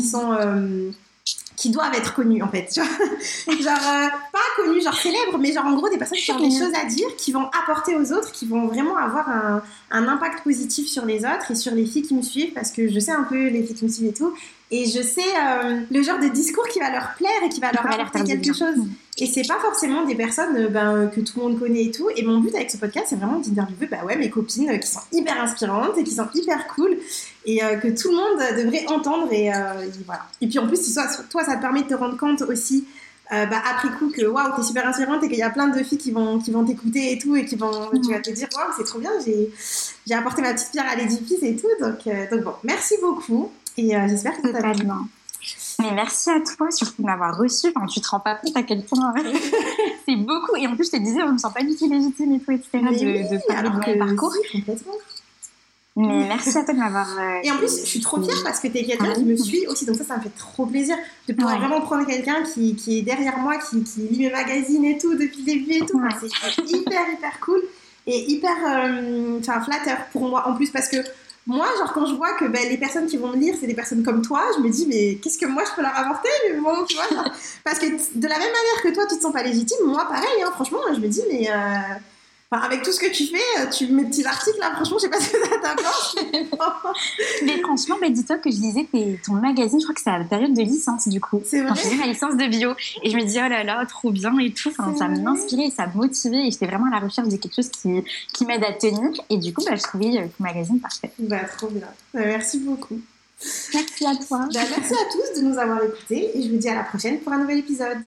qui doivent être connues en fait, genre pas connues, genre célèbres, mais genre en gros des personnes qui ont des choses à dire, qui vont apporter aux autres, qui vont vraiment avoir un impact positif sur les autres et sur les filles qui me suivent parce que je sais un peu les filles qui me suivent et tout et je sais le genre de discours qui va leur plaire et qui va leur apporter quelque chose. Et c'est pas forcément des personnes que tout le monde connaît et tout. Et mon but avec ce podcast, c'est vraiment d'interviewer mes copines qui sont hyper inspirantes et qui sont hyper cool et que tout le monde devrait entendre. Et voilà. Et puis en plus, si toi, ça te permet de te rendre compte aussi après coup que waouh, t'es super inspirante et qu'il y a plein de filles qui vont t'écouter et tout et tu vas te dire waouh, c'est trop bien, j'ai apporté ma petite pierre à l'édifice et tout. Donc bon, merci beaucoup et j'espère que ça t'a plu. Mais merci à toi surtout de m'avoir reçue. Enfin, tu te rends pas compte à quel point c'est beaucoup. Et en plus, je te disais, je me sens pas du tout légitime et tout, etc. de parler de mon parcours. Complètement. Mais merci à toi de m'avoir... Et en plus, je suis trop fière parce que t'es quelqu'un qui me suit aussi. Donc ça me fait trop plaisir de pouvoir vraiment prendre quelqu'un qui est derrière moi, qui lit mes magazines et tout, depuis le début et tout. C'est hyper cool et hyper flatteur pour moi en plus parce que moi, genre, quand je vois que les personnes qui vont me lire, c'est des personnes comme toi, je me dis, mais qu'est-ce que moi, je peux leur apporter? Mais bon, tu vois, genre, parce que de la même manière que toi, tu te sens pas légitime, moi, pareil, hein, franchement, je me dis, mais avec tout ce que tu fais, mes petits articles, là, franchement, je sais pas si ça t'apporte. Mais franchement, dis-toi que je lisais ton magazine, je crois que c'est à la période de licence, du coup. C'est vrai. Quand je faisais ma licence de bio. Et je me disais, oh là là, trop bien et tout. Enfin, ça m'inspirait et ça me motivait. Et j'étais vraiment à la recherche de quelque chose qui m'aide à tenir. Et du coup, je trouvais ton magazine parfait. Trop bien. Merci beaucoup. Merci à toi. Merci à tous de nous avoir écoutés. Et je vous dis à la prochaine pour un nouvel épisode.